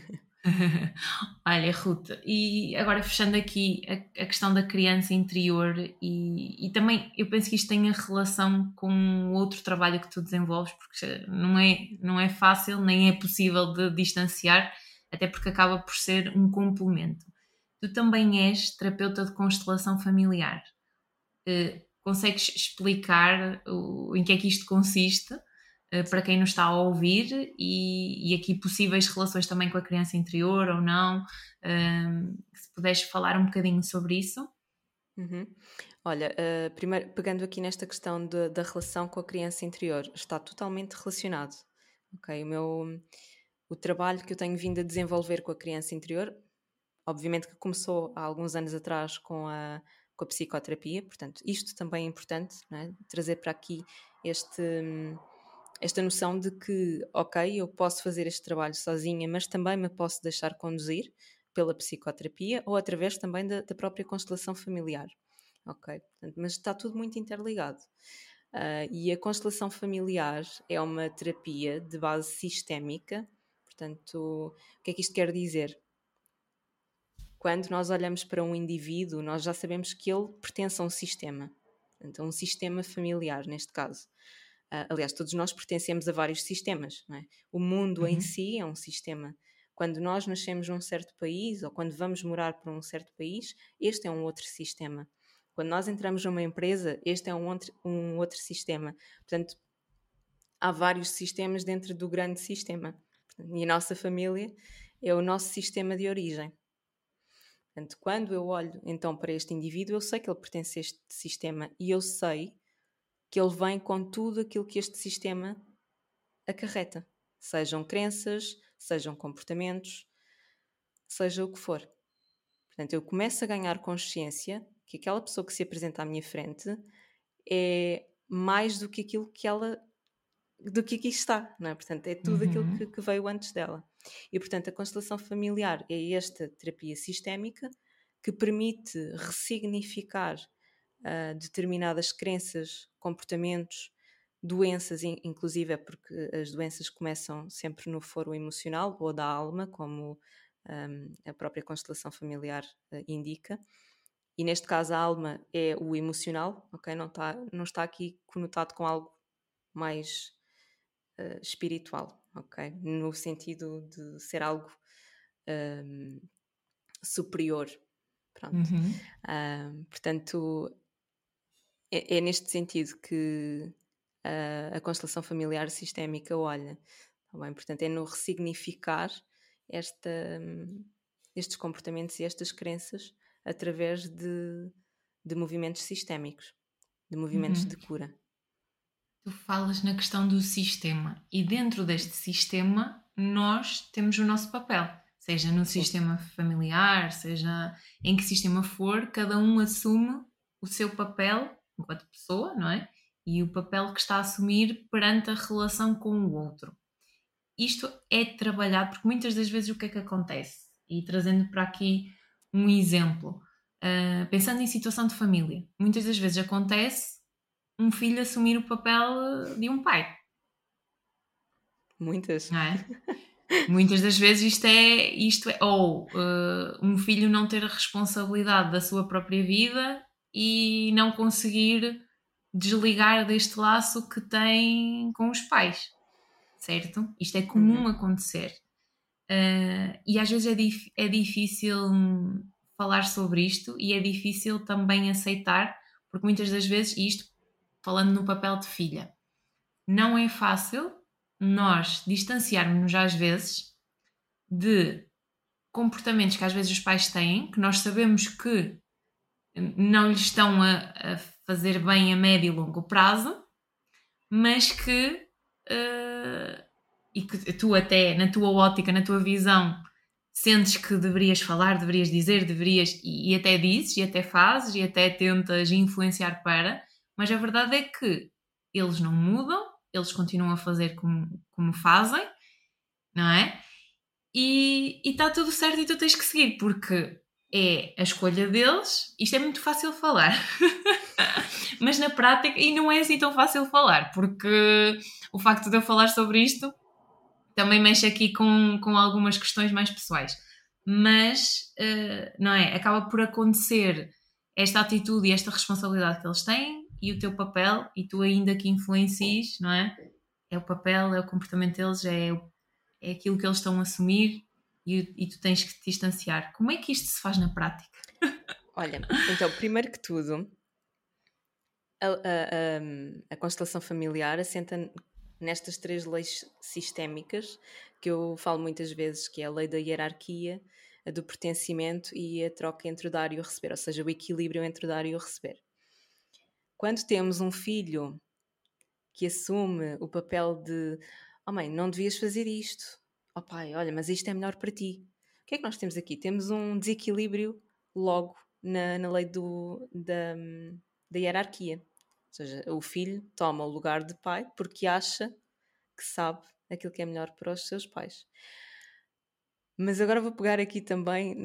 Olha, Ruth, e agora fechando aqui a questão da criança interior, e também eu penso que isto tenha relação com outro trabalho que tu desenvolves, porque não é fácil nem é possível de distanciar, até porque acaba por ser um complemento. Tu também és terapeuta de constelação familiar. Consegues explicar em que é que isto consiste, para quem nos está a ouvir, e aqui possíveis relações também com a criança interior ou não? Se puderes falar um bocadinho sobre isso. Uhum. Olha, primeiro, pegando aqui nesta questão da relação com a criança interior, está totalmente relacionado. Ok, o trabalho que eu tenho vindo a desenvolver com a criança interior, obviamente que começou há alguns anos atrás com a psicoterapia, portanto, isto também é importante, não é? Trazer para aqui este, esta noção de que, ok, eu posso fazer este trabalho sozinha, mas também me posso deixar conduzir pela psicoterapia ou através também da própria constelação familiar. Ok, portanto, mas está tudo muito interligado. E a constelação familiar é uma terapia de base sistémica. Portanto, o que é que isto quer dizer? Quando nós olhamos para um indivíduo, nós já sabemos que ele pertence a um sistema, portanto, a um sistema familiar, neste caso. Aliás, todos nós pertencemos a vários sistemas, não é? O mundo em Uhum. si é um sistema. Quando nós nascemos num certo país ou quando vamos morar para um certo país, este é um outro sistema. Quando nós entramos numa empresa, este é um outro sistema. Portanto, há vários sistemas dentro do grande sistema. E a nossa família é o nosso sistema de origem. Portanto, quando eu olho então para este indivíduo, eu sei que ele pertence a este sistema e eu sei que ele vem com tudo aquilo que este sistema acarreta. Sejam crenças, sejam comportamentos, seja o que for. Portanto, eu começo a ganhar consciência que aquela pessoa que se apresenta à minha frente é mais do que aquilo que ela do que aqui está, não é? Portanto, é tudo aquilo Uhum. que veio antes dela. E, portanto, a constelação familiar é esta terapia sistémica que permite ressignificar determinadas crenças, comportamentos, doenças, inclusive é porque as doenças começam sempre no foro emocional ou da alma, como a própria constelação familiar indica. E neste caso a alma é o emocional, ok? Não está aqui conotado com algo mais espiritual, ok? No sentido de ser algo um, superior, pronto. Uhum. Portanto, é neste sentido que a constelação familiar sistémica olha, tá bem? Portanto, é no ressignificar esta, estes comportamentos e estas crenças através de movimentos sistémicos, de movimentos Uhum. de cura. Tu falas na questão do sistema e dentro deste sistema nós temos o nosso papel, seja no Sim. sistema familiar, seja em que sistema for, cada um assume o seu papel enquanto pessoa, não é? E o papel que está a assumir perante a relação com o outro. Isto é trabalhado porque muitas das vezes o que é que acontece? E trazendo para aqui um exemplo, pensando em situação de família, muitas das vezes acontece um filho assumir o papel de um pai, Muitas. não é? Muitas das vezes isto é ou um filho não ter a responsabilidade da sua própria vida e não conseguir desligar deste laço que tem com os pais, certo? Isto é comum Uhum. acontecer. E às vezes é difícil falar sobre isto e é difícil também aceitar, porque muitas das vezes, e isto falando no papel de filha, não é fácil nós distanciarmos-nos às vezes de comportamentos que às vezes os pais têm, que nós sabemos que não lhes estão a fazer bem a médio e longo prazo, mas que e que tu até na tua ótica, na tua visão, sentes que deverias falar, deverias dizer, e até dizes, e até fazes, e até tentas influenciar para, mas a verdade é que eles não mudam, eles continuam a fazer como fazem, não é? E está tudo certo e tu tens que seguir, porque é a escolha deles. Isto é muito fácil falar, mas na prática, e não é assim tão fácil falar, porque o facto de eu falar sobre isto também mexe aqui com algumas questões mais pessoais. Mas, não é? Acaba por acontecer esta atitude e esta responsabilidade que eles têm e o teu papel, e tu ainda que influencies, não é? É o papel, é o comportamento deles, é aquilo que eles estão a assumir e tu tens que te distanciar. Como é que isto se faz na prática? Olha, então, primeiro que tudo, a constelação familiar assenta nestas 3 leis sistémicas que eu falo muitas vezes, que é a lei da hierarquia, a do pertencimento e a troca entre o dar e o receber, ou seja, o equilíbrio entre o dar e o receber. Quando temos um filho que assume o papel de oh mãe, não devias fazer isto, oh pai, olha, mas isto é melhor para ti. O que é que nós temos aqui? Temos um desequilíbrio logo na lei da hierarquia. Ou seja, o filho toma o lugar de pai porque acha que sabe aquilo que é melhor para os seus pais. Mas agora vou pegar aqui também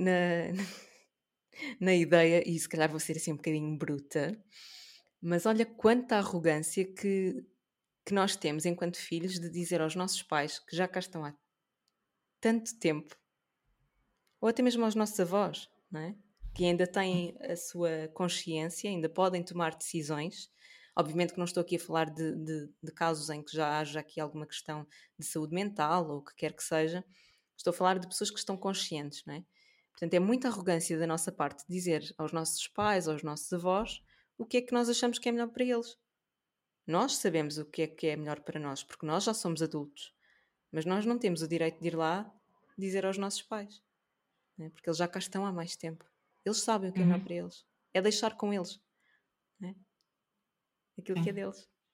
na ideia, e se calhar vou ser assim um bocadinho bruta, mas olha quanta arrogância que nós temos enquanto filhos de dizer aos nossos pais que já cá estão há tanto tempo, ou até mesmo aos nossos avós, não é? Que ainda têm a sua consciência, ainda podem tomar decisões. Obviamente que não estou aqui a falar de casos em que já haja aqui alguma questão de saúde mental ou o que quer que seja. Estou a falar de pessoas que estão conscientes, não é? Portanto, é muita arrogância da nossa parte dizer aos nossos pais, aos nossos avós, o que é que nós achamos que é melhor para eles. Nós sabemos o que é melhor para nós, porque nós já somos adultos. Mas nós não temos o direito de ir lá dizer aos nossos pais, né? Porque eles já cá estão há mais tempo. Eles sabem o que é melhor Uhum, para eles. É deixar com eles, né? Aquilo que é sim. deles.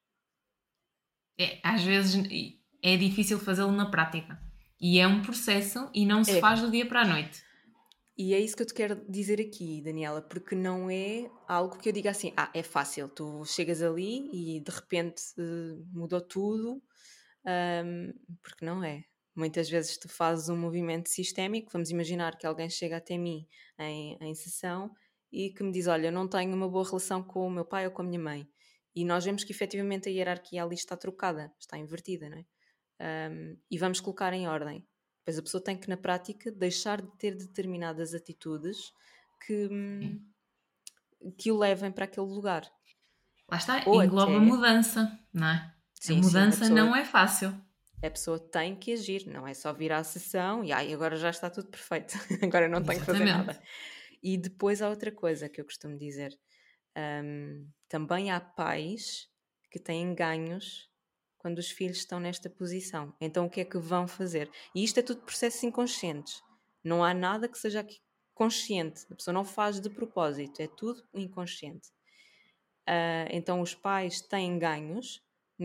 Às vezes é difícil fazê-lo na prática. E é um processo e não se É. faz do dia para a noite. E é isso que eu te quero dizer aqui, Daniela, porque não é algo que eu diga assim, é fácil, tu chegas ali e de repente mudou tudo, porque não é. Muitas vezes tu fazes um movimento sistémico, vamos imaginar que alguém chega até mim em sessão e que me diz, olha, eu não tenho uma boa relação com o meu pai ou com a minha mãe. E nós vemos que efetivamente a hierarquia ali está trocada, está invertida, não é? E vamos colocar em ordem. Depois a pessoa tem que, na prática, deixar de ter determinadas atitudes que, Sim. que o levem para aquele lugar. Lá está, Ou engloba até, mudança, não é? A sim, sim, mudança não é fácil. a pessoa tem que agir, não é só vir à sessão e agora já está tudo perfeito, agora não tenho que fazer Exatamente. nada. E depois há outra coisa que eu costumo dizer. Também há pais que têm ganhos quando os filhos estão nesta posição. Então o que é que vão fazer? E isto é tudo processos inconscientes. Não há nada que seja aqui consciente. A pessoa não faz de propósito, é tudo inconsciente. Então os pais têm ganhos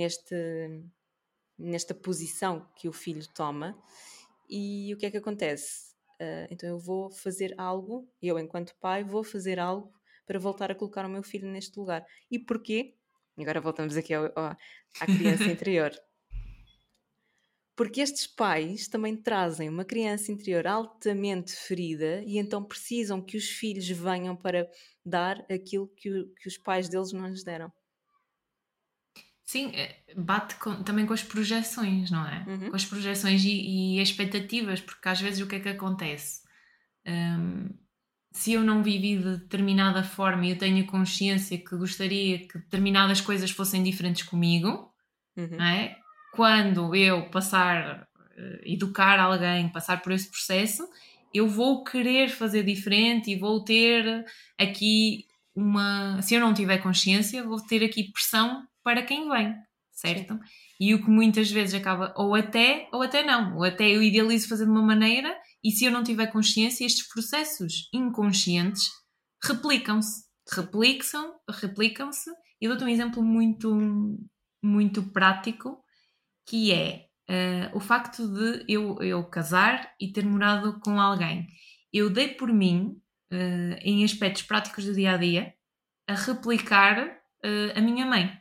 nesta posição que o filho toma. E o que é que acontece? Então eu vou fazer algo, eu enquanto pai vou fazer algo para voltar a colocar o meu filho neste lugar. E porquê? Agora voltamos aqui à criança interior. Porque estes pais também trazem uma criança interior altamente ferida e então precisam que os filhos venham para dar aquilo que os pais deles não lhes deram. Sim, bate também com as projeções, não é? Com Uhum, as projeções e expectativas, porque às vezes o que é que acontece? Hum, se eu não vivi de determinada forma e eu tenho consciência que gostaria que determinadas coisas fossem diferentes comigo, não uhum, é? Quando eu passar, educar alguém, passar por esse processo, eu vou querer fazer diferente e vou ter aqui uma. Se eu não tiver consciência, vou ter aqui pressão para quem vem, sim. certo? E o que muitas vezes acaba, ou até não, ou até eu idealizo fazer de uma maneira, e se eu não tiver consciência, estes processos inconscientes replicam-se, Sim. replicam-se. Eu dou-te um exemplo muito prático, que é o facto de eu casar e ter morado com alguém. Eu dei por mim, em aspectos práticos do dia a dia, a replicar a minha mãe.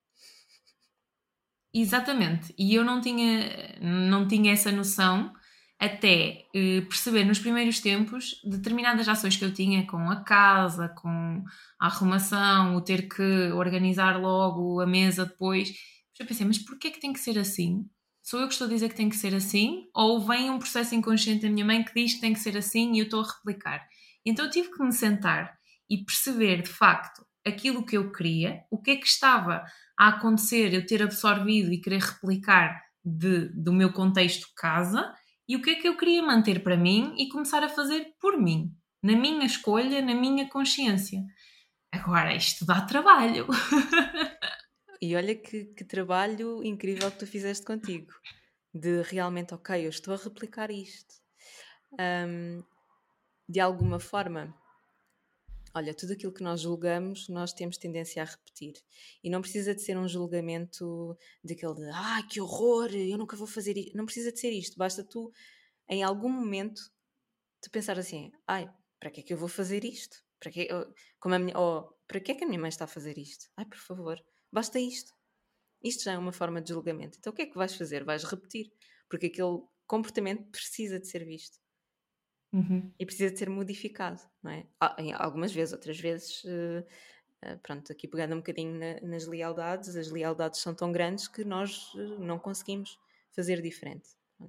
Exatamente. E eu não tinha essa noção até perceber nos primeiros tempos determinadas ações que eu tinha com a casa, com a arrumação, o ter que organizar logo a mesa depois. Eu pensei, mas porquê é que tem que ser assim? Sou eu que estou a dizer que tem que ser assim? Ou vem um processo inconsciente da minha mãe que diz que tem que ser assim e eu estou a replicar? Então eu tive que me sentar e perceber de facto aquilo que eu queria, o que é que estava a acontecer, eu ter absorvido e querer replicar do meu contexto casa, e o que é que eu queria manter para mim e começar a fazer por mim, na minha escolha, na minha consciência. Agora, isto dá trabalho. E olha que trabalho incrível que tu fizeste contigo. De realmente, ok, eu estou a replicar isto. Ahm, de alguma forma, olha, tudo aquilo que nós julgamos, nós temos tendência a repetir. E não precisa de ser um julgamento daquele de, que horror, eu nunca vou fazer isto. Não precisa de ser isto. Basta tu, em algum momento, tu pensar assim, para que é que eu vou fazer isto? Para que, como a minha, para que é que a minha mãe está a fazer isto? Ai, por favor, basta isto. Isto já é uma forma de julgamento. Então o que é que vais fazer? Vais repetir, porque aquele comportamento precisa de ser visto Uhum. e precisa de ser modificado, não é? Em algumas vezes, outras vezes, pronto, aqui pegando um bocadinho nas lealdades, as lealdades são tão grandes que nós não conseguimos fazer diferente.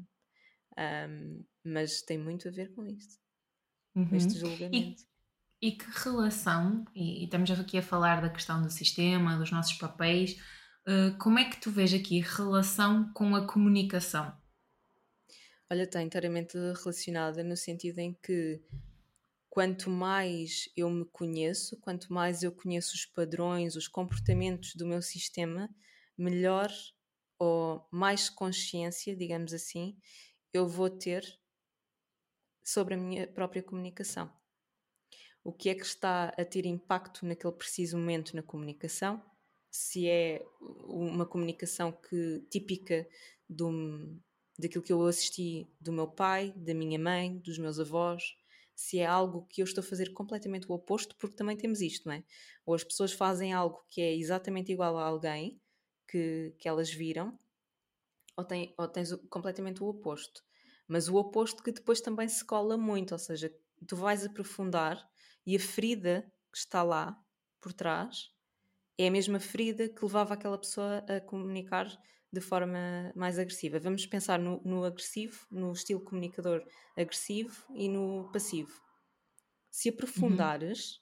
Mas tem muito a ver com isto, com este Uhum. E, julgamento. e que relação, e estamos aqui a falar da questão do sistema, dos nossos papéis, como é que tu vês aqui a relação com a comunicação? Olha, está inteiramente relacionada no sentido em que quanto mais eu me conheço, quanto mais eu conheço os padrões, os comportamentos do meu sistema, melhor ou mais consciência, digamos assim, eu vou ter sobre a minha própria comunicação. O que é que está a ter impacto naquele preciso momento na comunicação? se é uma comunicação típica daquilo que eu assisti do meu pai, da minha mãe, dos meus avós, se é algo que eu estou a fazer completamente o oposto, porque também temos isto, não é? Ou as pessoas fazem algo que é exatamente igual a alguém que elas viram, ou tens completamente o oposto. Mas o oposto que depois também se cola muito, ou seja, tu vais aprofundar e a ferida que está lá por trás é a mesma ferida que levava aquela pessoa a comunicar de forma mais agressiva. Vamos pensar no agressivo, no estilo comunicador agressivo e no passivo. Se Uhum. aprofundares,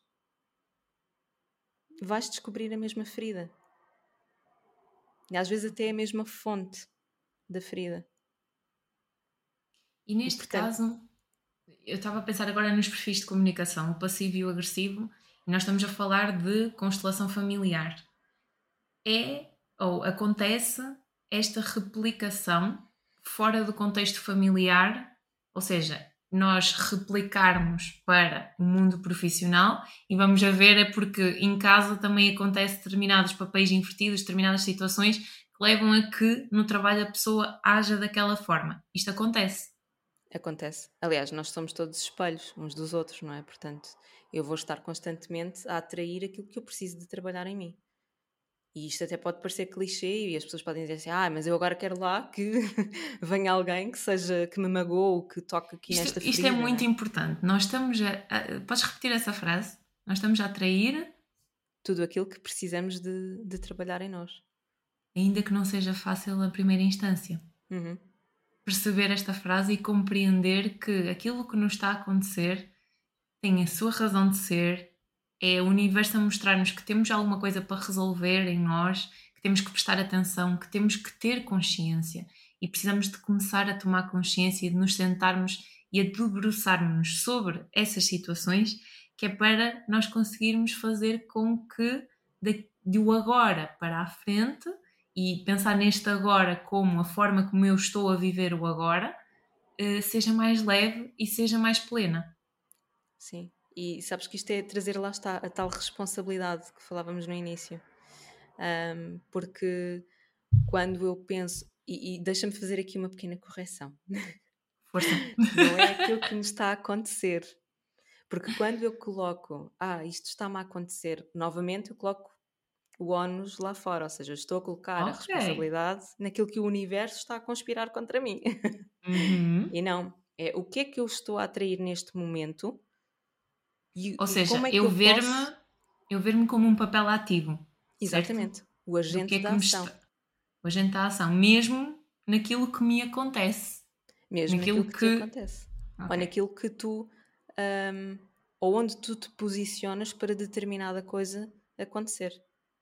vais descobrir a mesma ferida. E às vezes até a mesma fonte da ferida. E E neste portanto, caso, eu estava a pensar agora nos perfis de comunicação, o passivo e o agressivo, e nós estamos a falar de constelação familiar. É ou acontece esta replicação fora do contexto familiar, ou seja, nós replicarmos para o mundo profissional e vamos a ver é porque em casa também acontece determinados papéis invertidos, determinadas situações que levam a que no trabalho a pessoa haja daquela forma. Isto acontece. acontece. Aliás, nós somos todos espelhos uns dos outros, não é? Portanto, eu vou estar constantemente a atrair aquilo que eu preciso de trabalhar em mim. E isto até pode parecer clichê e as pessoas podem dizer assim, mas eu agora quero lá que venha alguém que seja, que me magoe, que toque aqui nesta Isto é ferida, não muito é? importante. Nós estamos podes repetir essa frase? Nós estamos a atrair, Tudo aquilo que precisamos de trabalhar em nós. ainda que não seja fácil a primeira instância. Uhum. Perceber esta frase e compreender que aquilo que nos está a acontecer tem a sua razão de ser, é o universo a mostrar-nos que temos alguma coisa para resolver em nós, que temos que prestar atenção, que temos que ter consciência e precisamos de começar a tomar consciência e de nos sentarmos e a debruçarmos sobre essas situações, que é para nós conseguirmos fazer com que de o agora para a frente e pensar neste agora como a forma como eu estou a viver o agora, seja mais leve e seja mais plena. Sim. E sabes que isto é trazer lá está a tal responsabilidade que falávamos no início. Porque quando eu penso, e deixa-me fazer aqui uma pequena correção, Força. não é aquilo que me está a acontecer. Porque quando eu coloco, isto está-me a acontecer, novamente eu coloco o ónus lá fora, ou seja, eu estou a colocar a Ok. responsabilidade naquilo que o universo está a conspirar contra mim. Uhum. E não, é o que é que eu estou a atrair neste momento Ou e como seja, é que eu posso. eu ver-me como um papel ativo, certo? Exatamente, o Do que agente é que da me ação, está. O agente da ação, mesmo naquilo que me acontece. mesmo naquilo Naquilo que te que. acontece, ou Ok. naquilo que tu, hum, ou onde tu te posicionas para determinada coisa acontecer.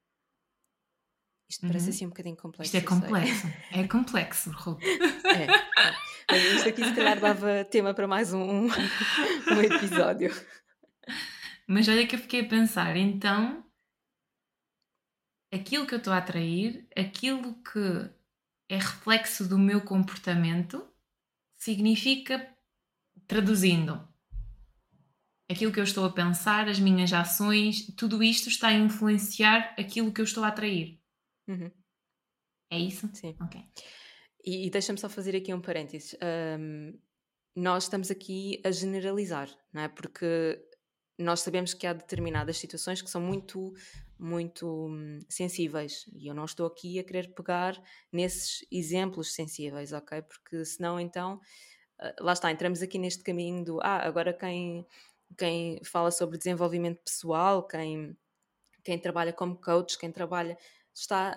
Isto parece Uhum. assim um bocadinho Isto é complexo, eu sei. complexo. É complexo, Ruth. É. Olha, isto aqui se calhar dava tema para mais um episódio. Mas olha que eu fiquei a pensar, então, aquilo que eu estou a atrair, aquilo que é reflexo do meu comportamento, significa, traduzindo, aquilo que eu estou a pensar, as minhas ações, tudo isto está a influenciar aquilo que eu estou a atrair. Uhum, É isso? sim. Ok. E deixa-me só fazer aqui um parênteses. Nós estamos aqui a generalizar, não é? Porque nós sabemos que há determinadas situações que são muito, muito sensíveis e eu não estou aqui a querer pegar nesses exemplos sensíveis, ok? Porque senão então, lá está, entramos aqui neste caminho do agora quem fala sobre desenvolvimento pessoal, quem trabalha como coach, quem trabalha, está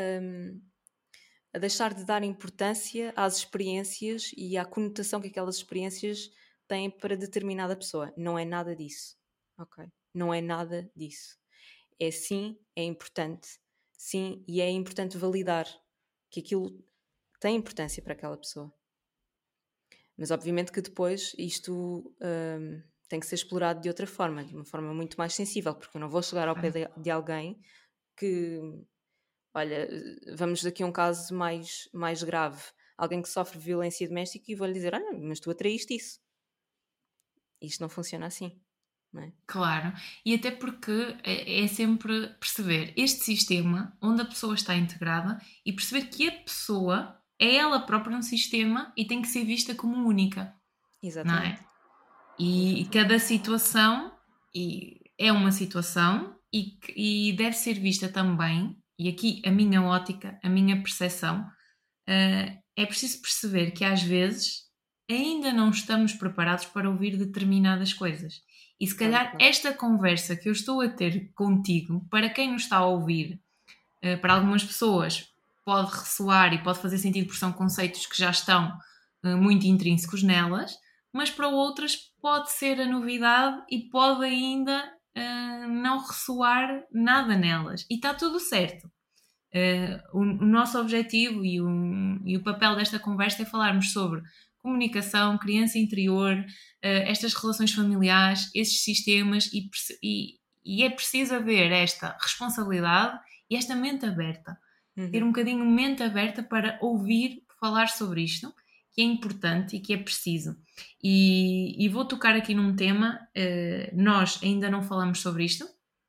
a deixar de dar importância às experiências e à conotação que aquelas experiências têm para determinada pessoa. Não é nada disso, ok? Não é nada disso. É sim, é importante, sim, e é importante validar que aquilo tem importância para aquela pessoa. Mas obviamente que depois isto tem que ser explorado de outra forma, de uma forma muito mais sensível, porque eu não vou chegar ao pé Claro. de alguém que, olha, vamos daqui a um caso mais grave, alguém que sofre violência doméstica e vou-lhe dizer, olha, mas tu atraíste isso. Isto não funciona assim. não é? Claro, e até porque é sempre perceber este sistema onde a pessoa está integrada e perceber que a pessoa é ela própria um sistema e tem que ser vista como única, não é? Exatamente, E exatamente. cada situação é uma situação e deve ser vista também, e aqui a minha ótica, a minha percepção, é preciso perceber que às vezes ainda não estamos preparados para ouvir determinadas coisas. E se Claro, calhar claro. esta conversa que eu estou a ter contigo, para quem nos está a ouvir, para algumas pessoas pode ressoar e pode fazer sentido porque são conceitos que já estão muito intrínsecos nelas, mas para outras pode ser a novidade e pode ainda não ressoar nada nelas. E está tudo certo. O nosso objetivo e o papel desta conversa é falarmos sobre comunicação, criança interior, estas relações familiares, esses sistemas e é preciso haver esta responsabilidade e esta mente aberta. Ter um Uhum. bocadinho mente aberta para ouvir falar sobre isto, que é importante e que é preciso. E vou tocar aqui num tema, nós ainda não falamos sobre isto,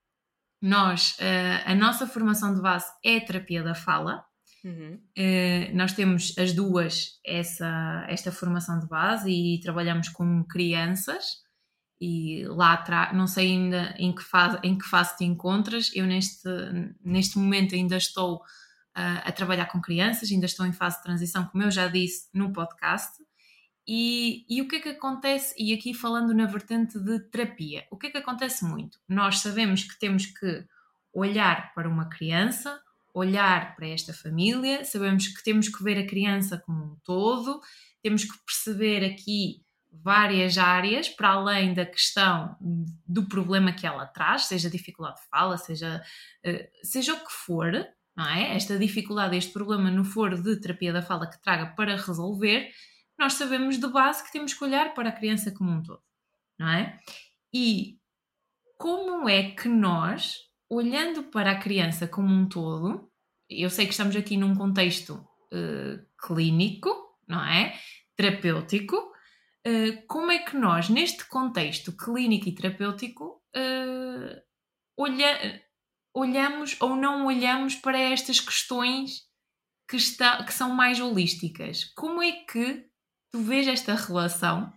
a nossa formação de base é a terapia da fala. Uhum. Nós temos as duas esta formação de base e trabalhamos com crianças e lá atrás, não sei ainda em que fase te encontras, eu neste momento ainda estou a trabalhar com crianças, ainda estou em fase de transição, como eu já disse no podcast, e o que é que acontece, e aqui falando na vertente de terapia, o que é que acontece muito? Nós sabemos que temos que olhar para uma criança, olhar para esta família, sabemos que temos que ver a criança como um todo, temos que perceber aqui várias áreas, para além da questão do problema que ela traz, seja dificuldade de fala, seja o que for, não é? Esta dificuldade, este problema no foro de terapia da fala que traga para resolver, nós sabemos de base que temos que olhar para a criança como um todo, não é? E como é que nós, olhando para a criança como um todo, eu sei que estamos aqui num contexto clínico, não é? Terapêutico, como é que nós, neste contexto clínico e terapêutico, olha- olhamos ou não olhamos para estas questões que são mais holísticas? Como é que tu vês esta relação?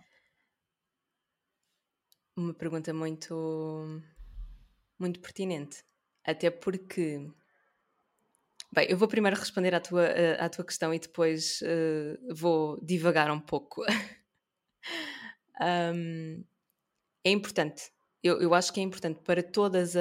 Uma pergunta muito, muito pertinente. Até porque, bem, eu vou primeiro responder à tua questão e depois vou divagar um pouco. Ahm, É importante. Eu acho que é importante para todas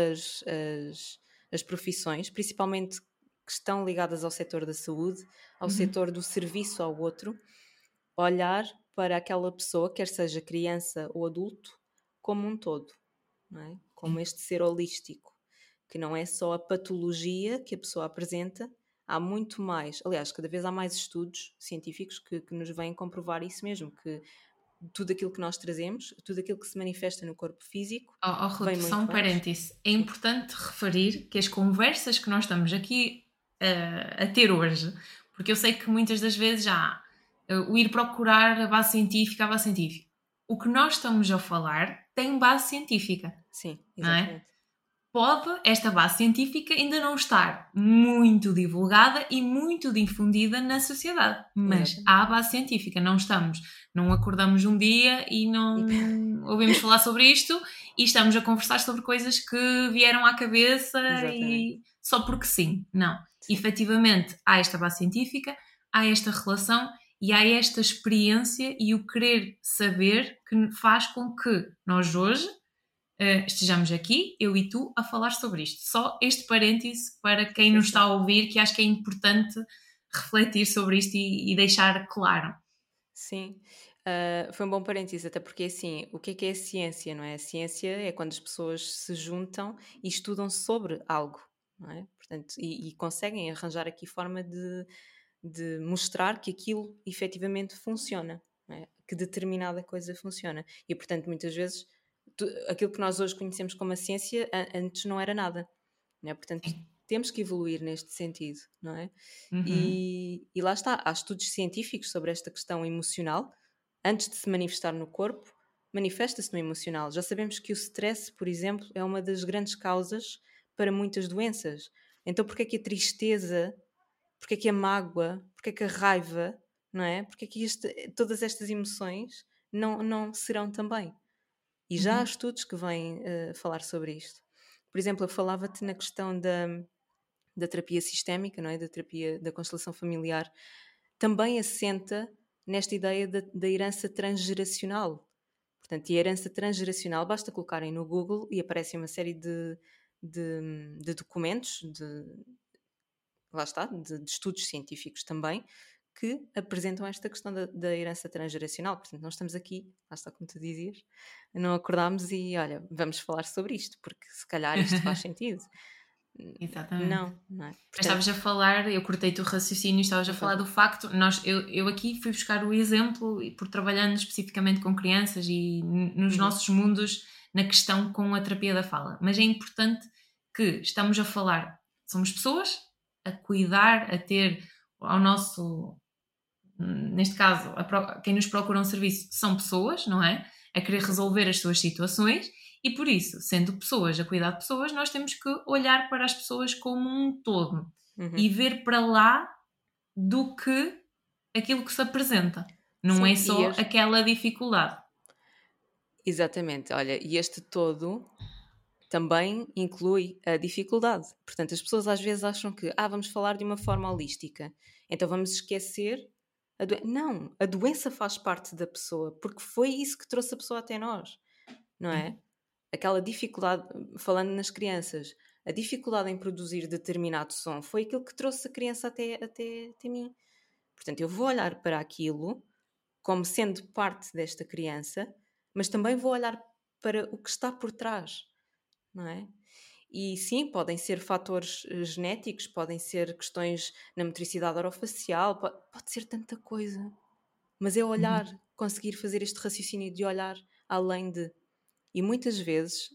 as profissões, principalmente que estão ligadas ao setor da saúde, ao Uhum. setor do serviço ao outro, olhar para aquela pessoa, quer seja criança ou adulto, como um todo, não é? Como Sim. este ser holístico, que não é só a patologia que a pessoa apresenta, há muito mais. Aliás, cada vez há mais estudos científicos que nos vêm comprovar isso mesmo, que tudo aquilo que nós trazemos, tudo aquilo que se manifesta no corpo físico, vem Ruth, só muito um antes. parêntese. É Sim. importante referir que as conversas que nós estamos aqui a ter hoje, porque eu sei que muitas das vezes já o ir procurar a base científica. O que nós estamos a falar tem base científica, Sim, não é? exatamente. Pode esta base científica ainda não estar muito divulgada e muito difundida na sociedade, mas Exatamente. há base científica, não acordamos um dia e não ouvimos falar sobre isto e estamos a conversar sobre coisas que vieram à cabeça Exatamente. e só porque sim, não. Sim. Efetivamente há esta base científica, há esta relação e há esta experiência e o querer saber que faz com que nós hoje estejamos aqui, eu e tu, a falar sobre isto. Só este parêntese para Sim, quem sim, nos está sim. a ouvir, que acho que é importante refletir sobre isto e deixar claro. Sim. Foi um bom parênteses, até porque assim, o que é a ciência, não é? A ciência é quando as pessoas se juntam e estudam sobre algo, não é? Portanto, e conseguem arranjar aqui forma de mostrar que aquilo efetivamente funciona, não é? Que determinada coisa funciona. E portanto, muitas vezes, aquilo que nós hoje conhecemos como a ciência, antes não era nada, não é? Portanto, Sim. temos que evoluir neste sentido, não é? Uhum. E lá está, há estudos científicos sobre esta questão emocional, antes de se manifestar no corpo, manifesta-se no emocional. Já sabemos que o stress, por exemplo, é uma das grandes causas para muitas doenças. Então, porque é que a tristeza, porque é que a mágoa, porque é que a raiva, não é? Porque é que todas estas emoções não serão também? E já há Uhum. estudos que vêm falar sobre isto. Por exemplo, eu falava-te na questão da terapia sistémica, não é? Da terapia da constelação familiar, também assenta nesta ideia da herança transgeracional. Portanto, e a herança transgeracional, basta colocarem no Google e aparece uma série de documentos, lá está, de estudos científicos também, que apresentam esta questão da herança transgeracional. Portanto, nós estamos aqui, lá está como tu dizias, não acordámos e olha, vamos falar sobre isto, porque se calhar isto faz sentido. Exatamente. Não é? Mas Portanto, estavas a falar, eu cortei-te o raciocínio, estavas a não falar faz do mal. facto, eu aqui fui buscar o exemplo, e por trabalhando especificamente com crianças e nos Uhum. nossos mundos, na questão com a terapia da fala. Mas é importante que estamos a falar, somos pessoas a cuidar, a ter ao nosso, neste caso, quem nos procura um serviço são pessoas, não é? A querer resolver as suas situações e por isso, sendo pessoas a cuidar de pessoas, nós temos que olhar para as pessoas como um todo e Uhum. ver para lá do que aquilo que se apresenta. Não é Sim, e só aquela dificuldade. exatamente. Olha, e este todo também inclui a dificuldade. Portanto, as pessoas às vezes acham que vamos falar de uma forma holística, então vamos esquecer a doença. Não, a doença faz parte da pessoa, porque foi isso que trouxe a pessoa até nós, não é? Sim. Aquela dificuldade, falando nas crianças, a dificuldade em produzir determinado som foi aquilo que trouxe a criança até mim. Portanto, eu vou olhar para aquilo como sendo parte desta criança, mas também vou olhar para o que está por trás, não é? E sim, podem ser fatores genéticos, podem ser questões na motricidade orofacial, pode ser tanta coisa. Mas é olhar, Uhum. conseguir fazer este raciocínio de olhar além de. E muitas vezes,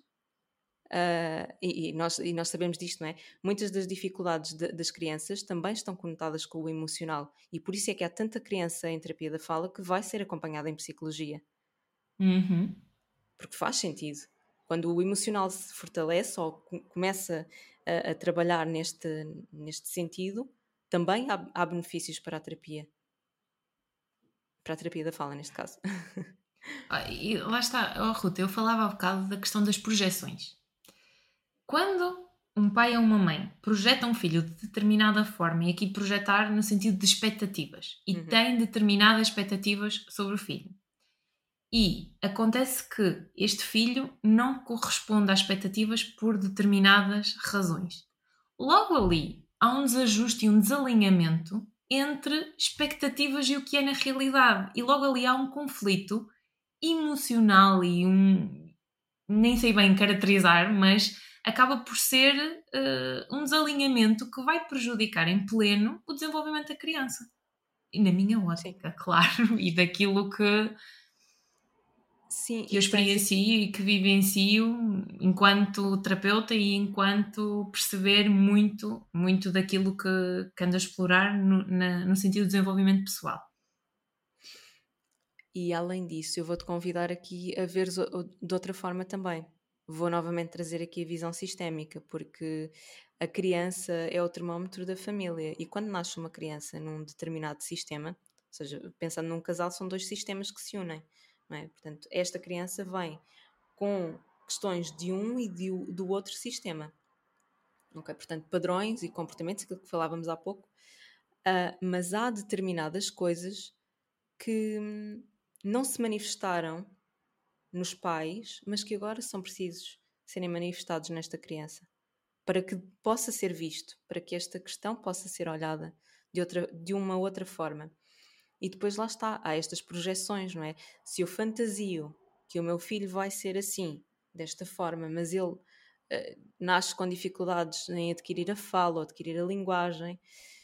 e nós sabemos disto, não é? Muitas das dificuldades das crianças também estão conotadas com o emocional. E por isso é que há tanta criança em terapia da fala que vai ser acompanhada em psicologia. Uhum. Porque faz sentido. Quando o emocional se fortalece ou começa a trabalhar neste sentido, também há benefícios para a terapia da fala, neste caso. E lá está, oh, Ruta, eu falava há bocado da questão das projeções. Quando um pai ou uma mãe projeta um filho de determinada forma, e aqui projetar no sentido de expectativas, e Uhum. tem determinadas expectativas sobre o filho, e acontece que este filho não corresponde às expectativas por determinadas razões. Logo ali há um desajuste e um desalinhamento entre expectativas e o que é na realidade, e logo ali há um conflito emocional e nem sei bem caracterizar, mas acaba por ser um desalinhamento que vai prejudicar em pleno o desenvolvimento da criança. E na minha Sim. ótica, claro, e daquilo Sim, que eu e tens experiencio aqui. e que vivencio enquanto terapeuta e enquanto perceber muito, muito daquilo que ando a explorar no sentido de desenvolvimento pessoal. E além disso, eu vou-te convidar aqui a ver de outra forma também. Vou novamente trazer aqui a visão sistémica, porque a criança é o termómetro da família. E quando nasce uma criança num determinado sistema, ou seja, pensando num casal, são dois sistemas que se unem, não é? Portanto, esta criança vem com questões de um e do outro sistema. Ok? Portanto, padrões e comportamentos, aquilo que falávamos há pouco, mas há determinadas coisas que não se manifestaram nos pais, mas que agora são precisos serem manifestados nesta criança, para que possa ser visto, para que esta questão possa ser olhada de uma outra forma. E depois lá está, há estas projeções, não é? Se eu fantasio que o meu filho vai ser assim, desta forma, mas ele nasce com dificuldades em adquirir a fala ou adquirir a linguagem,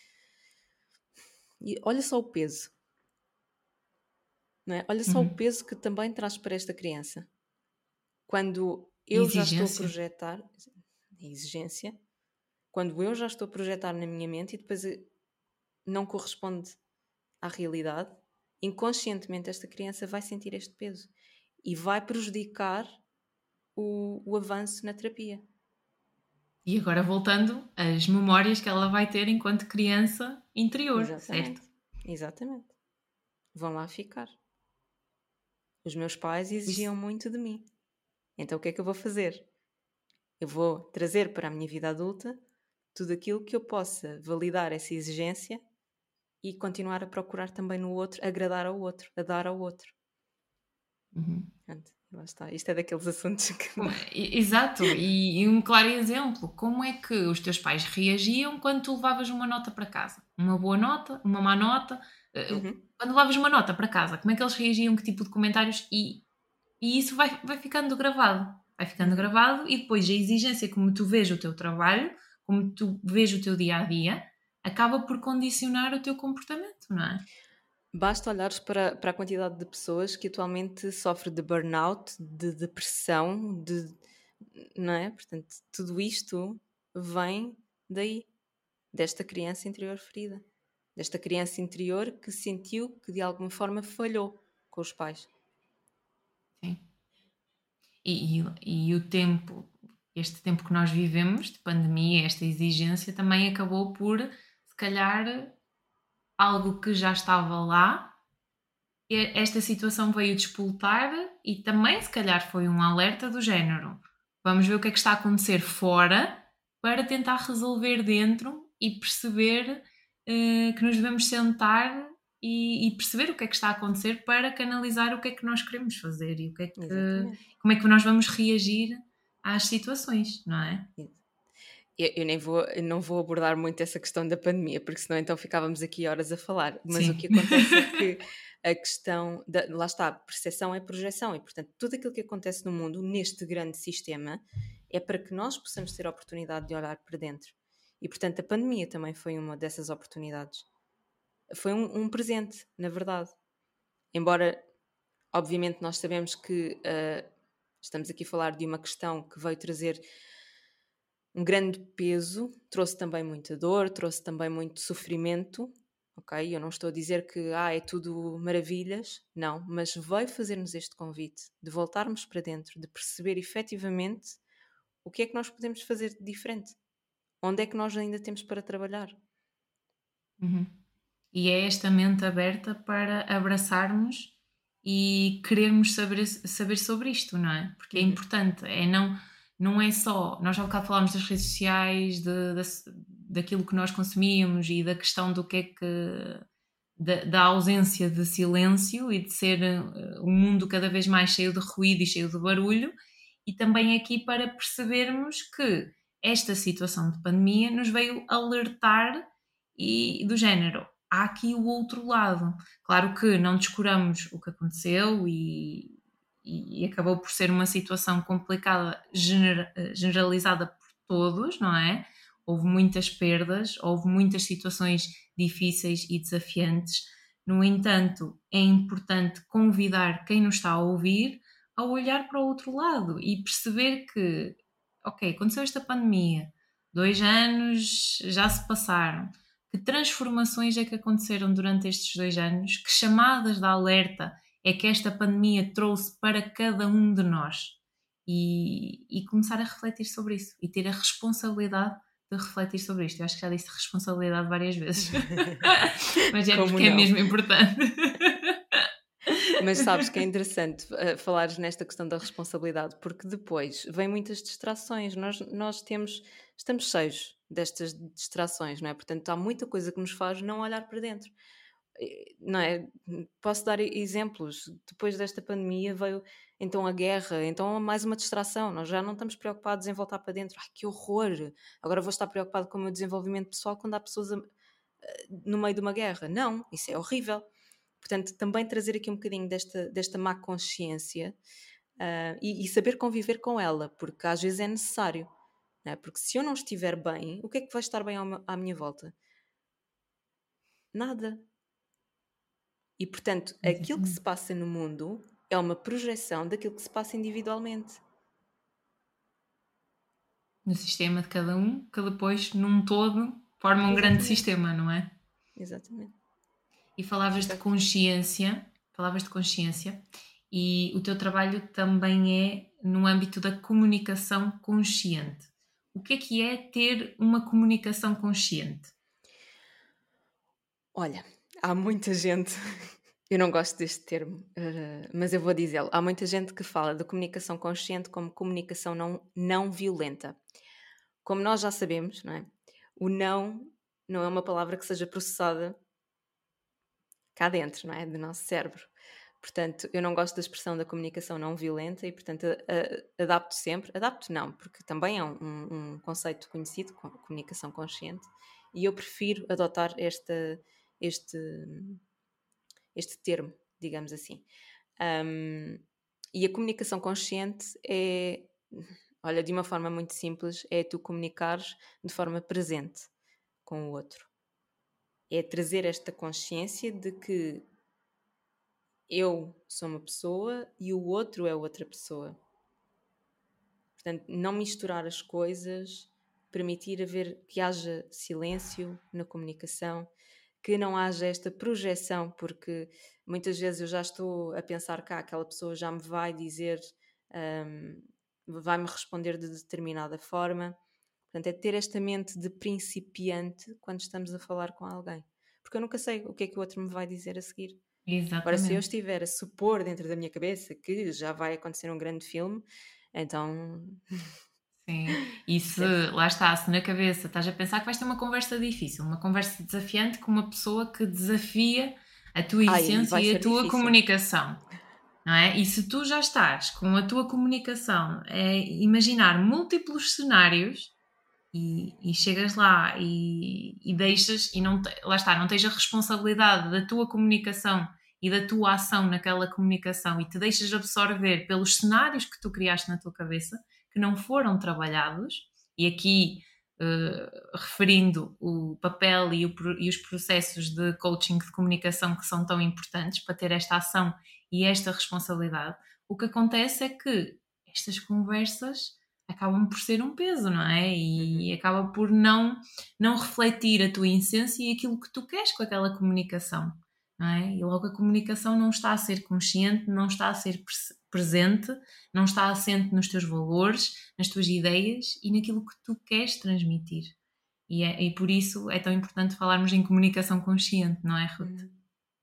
e olha só o peso, não é? Olha só o Uhum. peso que também traz para esta criança. Quando E eu já estou a exigência. projetar, a exigência, quando eu já estou a projetar na minha mente e depois não corresponde à realidade, inconscientemente esta criança vai sentir este peso. e vai prejudicar o avanço na terapia. E agora voltando às memórias que ela vai ter enquanto criança interior, certo? Exatamente. Exatamente. Vão lá ficar. Os meus pais exigiam Isso. muito de mim. Então o que é que eu vou fazer? Eu vou trazer para a minha vida adulta tudo aquilo que eu possa validar essa exigência e continuar a procurar também no outro, agradar ao outro, a dar ao outro. Uhum. Portanto, lá está. Isto é daqueles assuntos que dá. Exato, e um claro exemplo, como é que os teus pais reagiam quando tu levavas uma nota para casa? Uma boa nota, uma má nota? Uhum. Quando levavas uma nota para casa, como é que eles reagiam? Que tipo de comentários? E isso vai ficando gravado. Vai ficando Uhum. gravado e depois a exigência como tu vês o teu trabalho, como tu vês o teu dia a dia, acaba por condicionar o teu comportamento, não é? Basta olhares para a quantidade de pessoas que atualmente sofre de burnout, de depressão, não é? Portanto, tudo isto vem daí, desta criança interior ferida, desta criança interior que sentiu que de alguma forma falhou com os pais. Sim. E o tempo, este tempo que nós vivemos, de pandemia, esta exigência, também acabou por, se calhar, algo que já estava lá, esta situação veio despoltar e também, se calhar, foi um alerta do género. Vamos ver o que é que está a acontecer fora para tentar resolver dentro e perceber que nos devemos sentar e perceber o que é que está a acontecer para canalizar o que é que nós queremos fazer e Exatamente. como é que nós vamos reagir às situações, não é? Eu nem vou, eu não vou abordar muito essa questão da pandemia, porque senão então ficávamos aqui horas a falar. Mas o Sim. que acontece é que a questão, lá está, percepção é projeção, e portanto tudo aquilo que acontece no mundo, neste grande sistema, é para que nós possamos ter a oportunidade de olhar para dentro. E portanto a pandemia também foi uma dessas oportunidades. Foi um presente, na verdade. Embora, obviamente, nós sabemos que estamos aqui a falar de uma questão que veio trazer um grande peso, trouxe também muita dor, trouxe também muito sofrimento, ok? Eu não estou a dizer que é tudo maravilhas, não, mas veio fazer-nos este convite de voltarmos para dentro, de perceber efetivamente o que é que nós podemos fazer de diferente, onde é que nós ainda temos para trabalhar. Uhum. E é esta mente aberta para abraçarmos e querermos saber sobre isto, não é? Porque é Uhum. importante, não é só. Nós já há bocado falámos das redes sociais, daquilo que nós consumíamos e da questão do que é que. Da ausência de silêncio e de ser um mundo cada vez mais cheio de ruído e cheio de barulho, e também aqui para percebermos que esta situação de pandemia nos veio alertar e do género, há aqui o outro lado. Claro que não descuramos o que aconteceu e acabou por ser uma situação complicada, generalizada por todos, não é? Houve muitas perdas, houve muitas situações difíceis e desafiantes. No entanto, é importante convidar quem nos está a ouvir a olhar para o outro lado e perceber que, ok, aconteceu esta pandemia, 2 anos já se passaram. Que transformações é que aconteceram durante estes 2 anos? Que chamadas de alerta é que esta pandemia trouxe para cada um de nós? E começar a refletir sobre isso e ter a responsabilidade de refletir sobre isto. Eu acho que já disse responsabilidade várias vezes, mas é Como porque é não? mesmo importante. Mas sabes que é interessante falares nesta questão da responsabilidade, porque depois vem muitas distrações. Nós estamos cheios destas distrações, não é? Portanto, há muita coisa que nos faz não olhar para dentro. Não é? Posso dar exemplos. Depois desta pandemia veio então a guerra, então mais uma distração. Nós já não estamos preocupados em voltar para dentro. Ai, que horror! Agora vou estar preocupado com o meu desenvolvimento pessoal quando há pessoas no meio de uma guerra. Não, isso é horrível. Portanto, também trazer aqui um bocadinho desta má consciência e saber conviver com ela, porque às vezes é necessário. Não é? Porque se eu não estiver bem, o que é que vai estar bem à minha volta? Nada. E, portanto, aquilo que se Exatamente. passa no mundo é uma projeção daquilo que se passa individualmente. No sistema de cada um, que depois, num todo, forma um grande Exatamente. sistema, não é? Exatamente. E Fica aqui. falavas de consciência, e o teu trabalho também é no âmbito da comunicação consciente. O que é ter uma comunicação consciente? Olha, há muita gente, eu não gosto deste termo, mas eu vou dizê-lo. Há muita gente que fala da comunicação consciente como comunicação não violenta. Como nós já sabemos, não é? O não é uma palavra que seja processada cá dentro, não é? Do nosso cérebro. Portanto, eu não gosto da expressão da comunicação não violenta e, portanto, adapto sempre. Adapto não, porque também é um conceito conhecido, comunicação consciente, e eu prefiro adotar este, este termo, digamos assim. E a comunicação consciente é, olha, de uma forma muito simples, é tu comunicares de forma presente com o outro. É trazer esta consciência de que eu sou uma pessoa e o outro é outra pessoa. Portanto, não misturar as coisas, permitir que haja silêncio na comunicação, que não haja esta projeção, porque muitas vezes eu já estou a pensar cá, aquela pessoa já me vai dizer, vai-me responder de determinada forma. Portanto, é ter esta mente de principiante quando estamos a falar com alguém. Porque eu nunca sei o que é que o outro me vai dizer a seguir. Agora, se eu Exatamente. estiver a supor dentro da minha cabeça que já vai acontecer um grande filme, então Sim, e se esquece. lá está, se na cabeça estás a pensar que vais ter uma conversa difícil, uma conversa desafiante com uma pessoa que desafia a tua Aí essência vai e a ser tua difícil. comunicação, não é? E se tu já estás com a tua comunicação a imaginar múltiplos cenários e chegas lá e deixas, e não lá está, não tens a responsabilidade da tua comunicação e da tua ação naquela comunicação e te deixas absorver pelos cenários que tu criaste na tua cabeça, que não foram trabalhados, e aqui referindo o papel e os processos de coaching de comunicação que são tão importantes para ter esta ação e esta responsabilidade, o que acontece é que estas conversas acabam por ser um peso, não é? Uhum. E acaba por não refletir a tua essência e aquilo que tu queres com aquela comunicação, não é? E logo a comunicação não está a ser consciente, não está a ser presente, não está assente nos teus valores, nas tuas ideias e naquilo que tu queres transmitir. E por isso é tão importante falarmos em comunicação consciente, não é, Ruth? Uhum.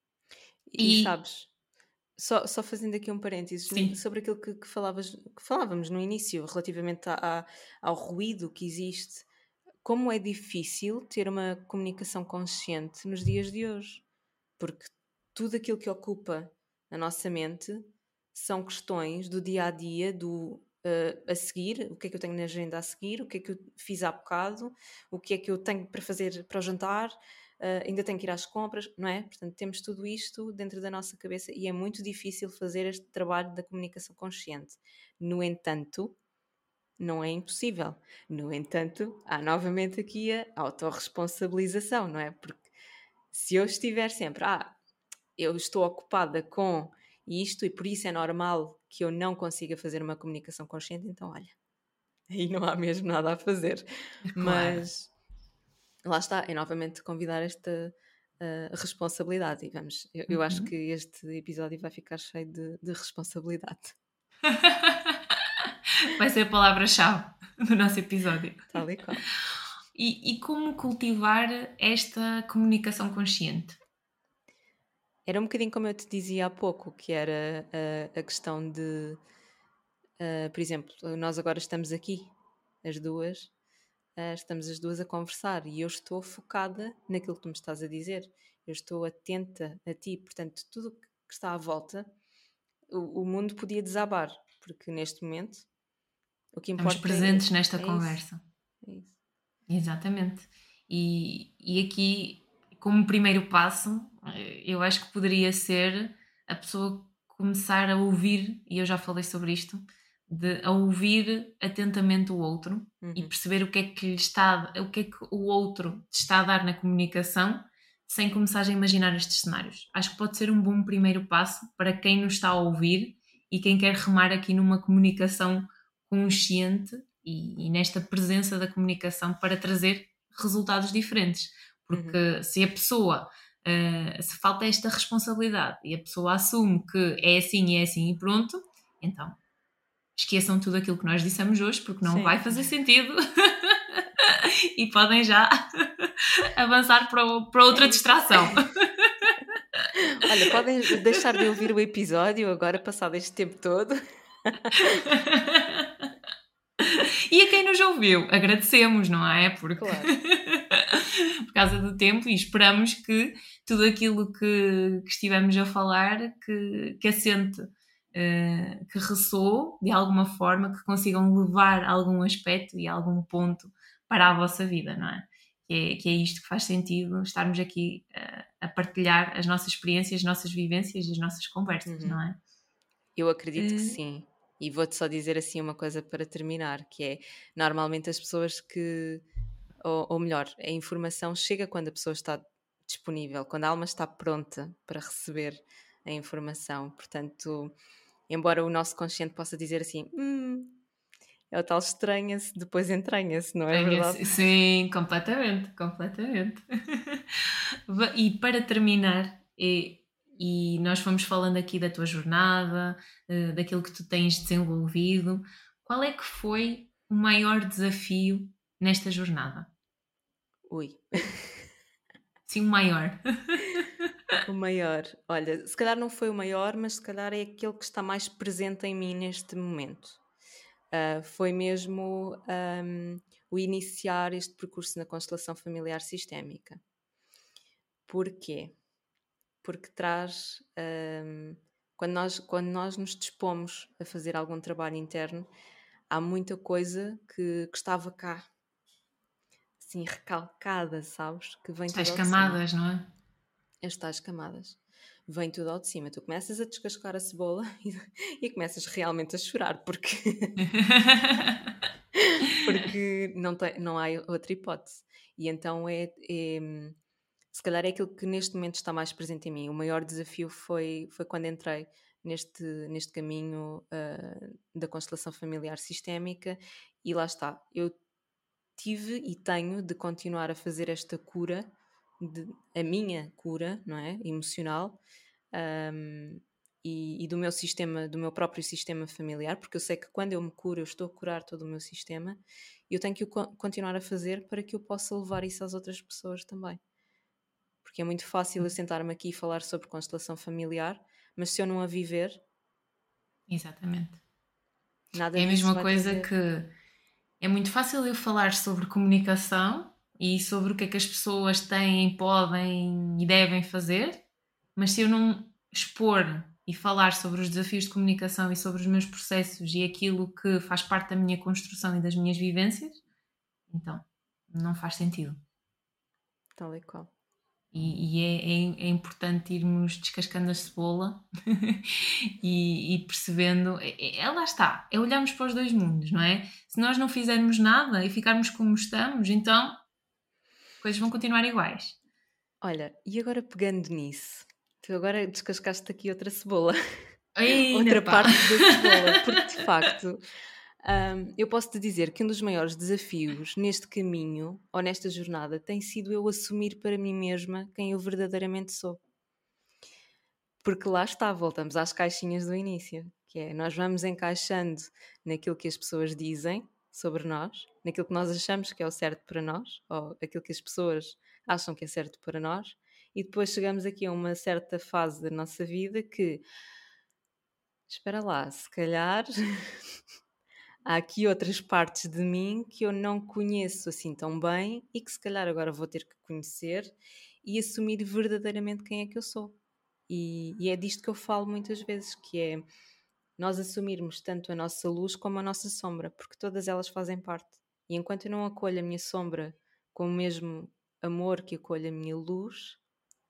E E sabes, só fazendo aqui um parênteses sim, sobre aquilo que falávamos no início, relativamente ao ruído que existe, como é difícil ter uma comunicação consciente nos dias de hoje, porque tudo aquilo que ocupa a nossa mente são questões do dia a dia, do a seguir, o que é que eu tenho na agenda a seguir, o que é que eu fiz há bocado, o que é que eu tenho para fazer para o jantar, ainda tenho que ir às compras, não é? Portanto, temos tudo isto dentro da nossa cabeça e é muito difícil fazer este trabalho da comunicação consciente. No entanto, não é impossível. No entanto, há novamente aqui a autorresponsabilização, não é? Porque se eu estiver sempre, eu estou ocupada com isto e por isso é normal que eu não consiga fazer uma comunicação consciente, então olha, aí não há mesmo nada a fazer. claro. Mas lá está, é novamente convidar esta responsabilidade e vamos, eu acho que Uhum. este episódio vai ficar cheio de responsabilidade, Vai ser a palavra-chave do nosso episódio. tal e qual. E como cultivar esta comunicação consciente? Era um bocadinho como eu te dizia há pouco, que era a questão de, por exemplo, nós agora estamos aqui, as duas, estamos as duas a conversar e eu estou focada naquilo que tu me estás a dizer, eu estou atenta a ti, portanto, tudo que está à volta, o mundo podia desabar, porque neste momento o que Estamos importa presentes nesta é isso. conversa. É isso. Exatamente. E aqui, como primeiro passo, eu acho que poderia ser a pessoa começar a ouvir, e eu já falei sobre isto, a ouvir atentamente o outro e Uhum, perceber o que é que o outro te está a dar na comunicação, sem começar a imaginar estes cenários. Acho que pode ser um bom primeiro passo para quem nos está a ouvir e quem quer remar aqui numa comunicação consciente e nesta presença da comunicação para trazer resultados diferentes. uhum, Porque se a pessoa se falta esta responsabilidade e a pessoa assume que é assim e pronto, então esqueçam tudo aquilo que nós dissemos hoje, porque não Sim. vai fazer sentido e podem já avançar para É outra isso. distração. Olha, podem deixar de ouvir o episódio agora, passado este tempo todo. E a quem nos ouviu, agradecemos, não é? Porque Claro. por causa do tempo e esperamos que tudo aquilo que estivemos a falar que assente, que ressoe de alguma forma, que consigam levar algum aspecto e algum ponto para a vossa vida, não é? Que é isto que faz sentido estarmos aqui a partilhar as nossas experiências, as nossas vivências e as nossas conversas, não é? Eu acredito que Eh, sim. E vou-te só dizer assim uma coisa para terminar, que é, normalmente as pessoas que, ou melhor, a informação chega quando a pessoa está disponível, quando a alma está pronta para receber a informação. Portanto, embora o nosso consciente possa dizer assim, é o tal estranha-se, depois entranha-se, não é verdade? Sim, completamente, completamente. E para terminar, e nós fomos falando aqui da tua jornada, daquilo que tu tens desenvolvido, qual é que foi o maior desafio nesta jornada? Ui. Sim, o maior. O maior, olha, se calhar não foi o maior, mas se calhar é aquele que está mais presente em mim neste momento. Foi mesmo o iniciar este percurso na constelação familiar sistémica. Porquê? Porque traz, quando nós nos dispomos a fazer algum trabalho interno, há muita coisa que estava cá, assim, recalcada, sabes? Que vem tudo Tais ao de cima. camadas, não é? As tais camadas. Vem tudo ao de cima. Tu começas a descascar a cebola e começas realmente a chorar, porque não há outra hipótese. E então se calhar é aquilo que neste momento está mais presente em mim. O maior desafio foi quando entrei neste caminho da constelação familiar sistémica, e lá está. Eu tive e tenho de continuar a fazer esta cura, a minha cura, não é? Emocional, um, e do meu sistema, do meu próprio sistema familiar, porque eu sei que quando eu me curo, eu estou a curar todo o meu sistema, e eu tenho que o continuar a fazer para que eu possa levar isso às outras pessoas também. Porque é muito fácil eu sentar-me aqui e falar sobre constelação familiar, mas se eu não a viver, Exatamente. nada É a disso mesma vai coisa trazer. que é muito fácil eu falar sobre comunicação e sobre o que é que as pessoas têm, podem e devem fazer, mas se eu não expor e falar sobre os desafios de comunicação e sobre os meus processos e aquilo que faz parte da minha construção e das minhas vivências, então não faz sentido. Tal e qual. E é importante irmos descascando a cebola e percebendo. Lá está, é olharmos para os dois mundos, não é? Se nós não fizermos nada e ficarmos como estamos, então as coisas vão continuar iguais. Olha, e agora pegando nisso, tu agora descascaste aqui outra cebola, Ainda outra pá! parte da cebola, porque de facto, eu posso te dizer que um dos maiores desafios neste caminho ou nesta jornada tem sido eu assumir para mim mesma quem eu verdadeiramente sou. Porque lá está, voltamos às caixinhas do início, que é nós vamos encaixando naquilo que as pessoas dizem sobre nós, naquilo que nós achamos que é o certo para nós, ou aquilo que as pessoas acham que é certo para nós, e depois chegamos aqui a uma certa fase da nossa vida que, espera lá, se calhar há aqui outras partes de mim que eu não conheço assim tão bem e que se calhar agora vou ter que conhecer e assumir verdadeiramente quem é que eu sou. E é disto que eu falo muitas vezes, que é nós assumirmos tanto a nossa luz como a nossa sombra, porque todas elas fazem parte. E enquanto eu não acolho a minha sombra com o mesmo amor que acolho a minha luz,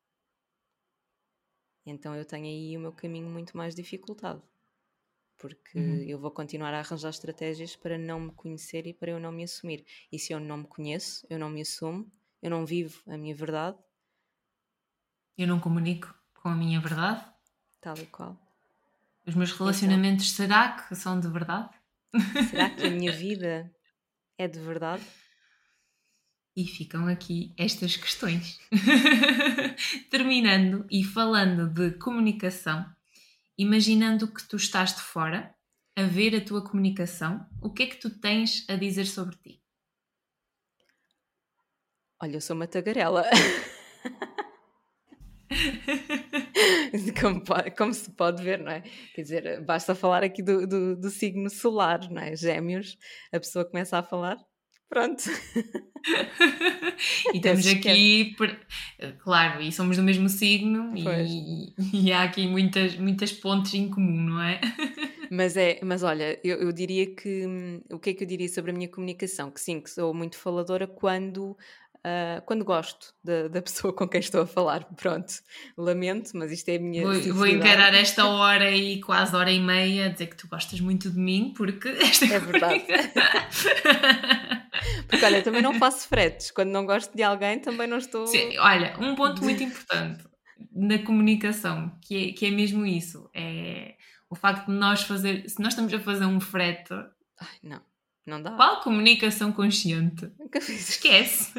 então eu tenho aí o meu caminho muito mais dificultado. Porque Uhum. eu vou continuar a arranjar estratégias para não me conhecer e para eu não me assumir. E se eu não me conheço, eu não me assumo, eu não vivo a minha verdade, Eu não comunico com a minha verdade. tal e qual. Os meus Então, relacionamentos, será que são de verdade? será que a minha vida é de verdade? E ficam aqui estas questões. Terminando e falando de comunicação, imaginando que tu estás de fora a ver a tua comunicação, o que é que tu tens a dizer sobre ti? Olha, eu sou uma tagarela. Como se pode ver, não é? Quer dizer, basta falar aqui do signo solar, não é? Gêmeos, a pessoa começa a falar, pronto, E até estamos se esquece. aqui, claro, e somos do mesmo signo Pois. e há aqui muitas pontes em comum, não é? Mas olha, eu diria que o que é que eu diria sobre a minha comunicação? Que sim, que sou muito faladora quando gosto da pessoa com quem estou a falar. Pronto, lamento, mas isto é a minha Vou sinceridade. encarar esta hora e quase hora e meia a dizer que tu gostas muito de mim, porque esta É verdade. Porque olha, também não faço fretes. Quando não gosto de alguém, também não Sim, estou. olha, um ponto muito importante na comunicação, que é mesmo isso, é o facto de nós fazer, se nós estamos a fazer um frete, Ai, não, não dá. qual comunicação consciente? Nunca fiz. Esquece.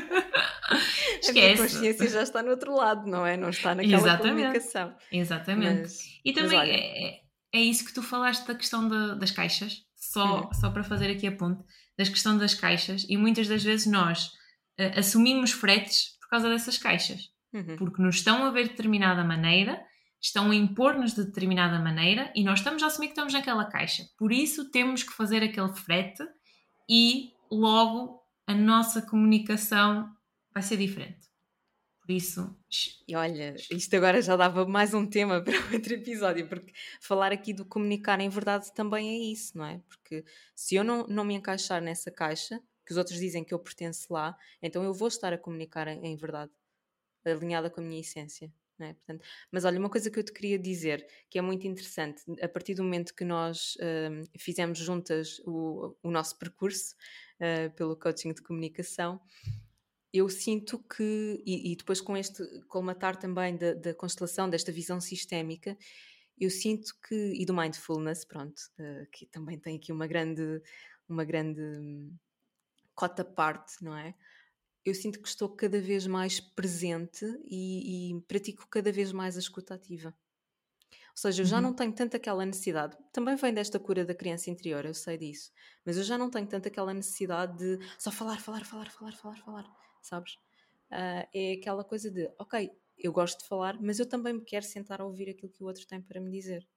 A minha Esquece. consciência já está no outro lado, não é? Não está naquela Exatamente, comunicação. exatamente. E Mas também olha, é isso que tu falaste da questão das caixas, uhum, só para fazer aqui a ponte, da questão das caixas, e muitas das vezes nós assumimos fretes por causa dessas caixas, uhum. porque nos estão a ver de determinada maneira, estão a impor-nos de determinada maneira, e nós estamos a assumir que estamos naquela caixa. Por isso temos que fazer aquele frete e logo a nossa comunicação vai ser diferente. Por isso, E olha, isto agora já dava mais um tema para outro episódio, porque falar aqui do comunicar em verdade também é isso, não é? Porque se eu não me encaixar nessa caixa, que os outros dizem que eu pertenço lá, então eu vou estar a comunicar em verdade, alinhada com a minha essência. Não é? Portanto, mas olha, uma coisa que eu te queria dizer que é muito interessante, a partir do momento que nós fizemos juntas o nosso percurso pelo coaching de comunicação, eu sinto que, e depois com este colmatar também da constelação, desta visão sistémica, eu sinto que, e do mindfulness, pronto, que também tem aqui uma grande cota parte, não é? Eu sinto que estou cada vez mais presente e pratico cada vez mais a escuta ativa. Ou seja, eu já não uhum. tenho tanto aquela necessidade, também vem desta cura da criança interior, eu sei disso, mas eu já não tenho tanto aquela necessidade de só falar, falar, falar, falar, falar, falar, sabes? É aquela coisa de, ok, eu gosto de falar, mas eu também me quero sentar a ouvir aquilo que o outro tem para me dizer.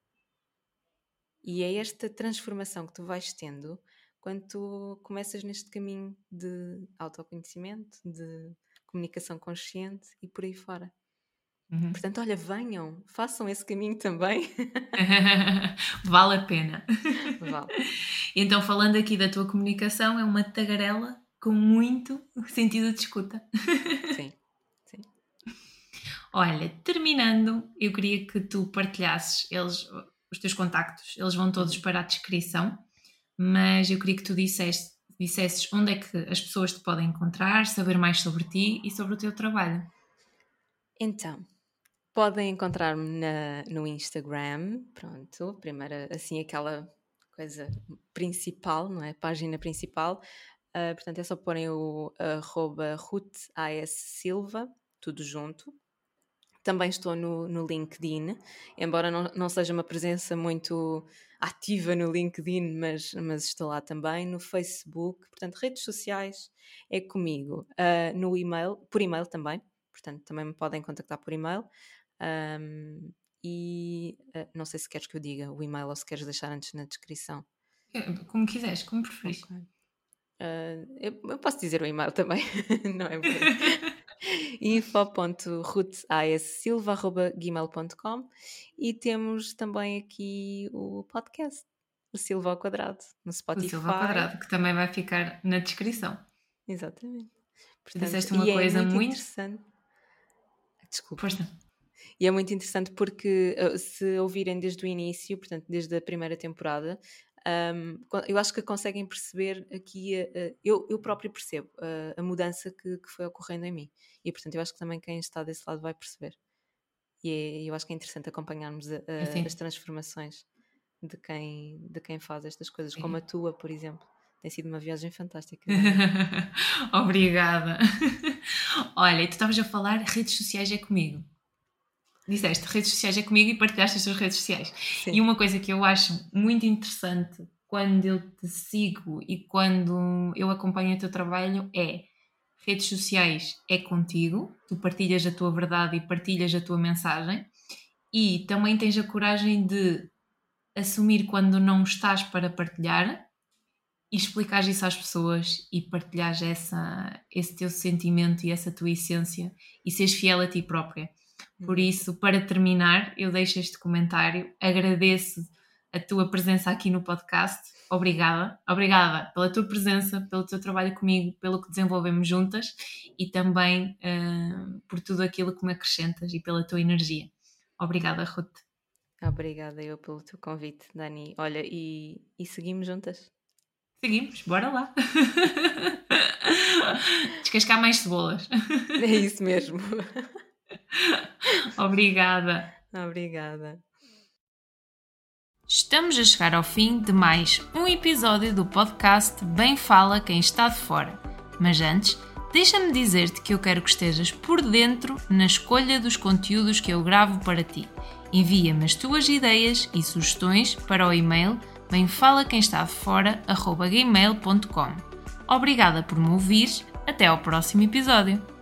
E é esta transformação que tu vais tendo quando tu começas neste caminho de autoconhecimento, de comunicação consciente e por aí fora. Uhum. Portanto, olha, venham, façam esse caminho também. Vale a pena. Vale. Então, falando aqui da tua comunicação, é uma tagarela com muito sentido de escuta. Sim, sim. Olha, terminando, eu queria que tu partilhasses os teus contactos, eles vão todos Uhum. para a descrição, mas eu queria que tu dissesses onde é que as pessoas te podem encontrar, saber mais sobre ti e sobre o teu trabalho. Então, podem encontrar-me no Instagram, pronto, primeira, assim, aquela coisa principal, não é? Página principal. Portanto, é só porem o @RuthASSilva, tudo junto. Também estou no LinkedIn, embora não seja uma presença muito ativa no LinkedIn, mas estou lá também, no Facebook, portanto, redes sociais é comigo. No e-mail, por e-mail também, portanto, também me podem contactar por e-mail. Não sei se queres que eu diga o e-mail ou se queres deixar antes na descrição. Como quiseres, como preferis. Ok. Eu posso dizer o e-mail também, não é por aí. info.ruthassilva@gmail.com e temos também aqui o podcast, o Silva ao Quadrado, no O Silva ao Spotify. Quadrado, que também vai ficar na descrição. Exatamente. Tu Portanto, disseste e uma é coisa muito muito. interessante. Desculpa. Força. E é muito interessante porque se ouvirem desde o início, portanto, desde a primeira temporada, eu acho que conseguem perceber aqui, eu próprio percebo a mudança que foi ocorrendo em mim. E, portanto, eu acho que também quem está desse lado vai perceber. E eu acho que é interessante acompanharmos as Assim, transformações de quem faz estas coisas, como sim. a tua, por exemplo. Tem sido uma viagem fantástica. Obrigada. Olha, tu estavas a falar redes sociais é comigo. Disseste redes sociais é comigo e partilhaste as tuas redes sociais. Sim. E uma coisa que eu acho muito interessante quando eu te sigo e quando eu acompanho o teu trabalho é redes sociais é contigo, tu partilhas a tua verdade e partilhas a tua mensagem e também tens a coragem de assumir quando não estás para partilhar e explicares isso às pessoas e partilhares esse teu sentimento e essa tua essência e seres fiel a ti própria. Por isso, para terminar, eu deixo este comentário, agradeço a tua presença aqui no podcast, obrigada pela tua presença, pelo teu trabalho comigo, pelo que desenvolvemos juntas e também por tudo aquilo que me acrescentas e pela tua energia. Obrigada, Ruth. Obrigada eu pelo teu convite, Dani. Olha, e seguimos juntas? Seguimos, bora lá. Descascar mais cebolas. É isso mesmo. Obrigada. Obrigada. Estamos a chegar ao fim de mais um episódio do podcast Bem Fala Quem Está de Fora. Mas antes, deixa-me dizer-te que eu quero que estejas por dentro na escolha dos conteúdos que eu gravo para ti. Envia-me as tuas ideias e sugestões para o e-mail bemfalaquemestadefora@gmail.com. Obrigada por me ouvires. Até ao próximo episódio.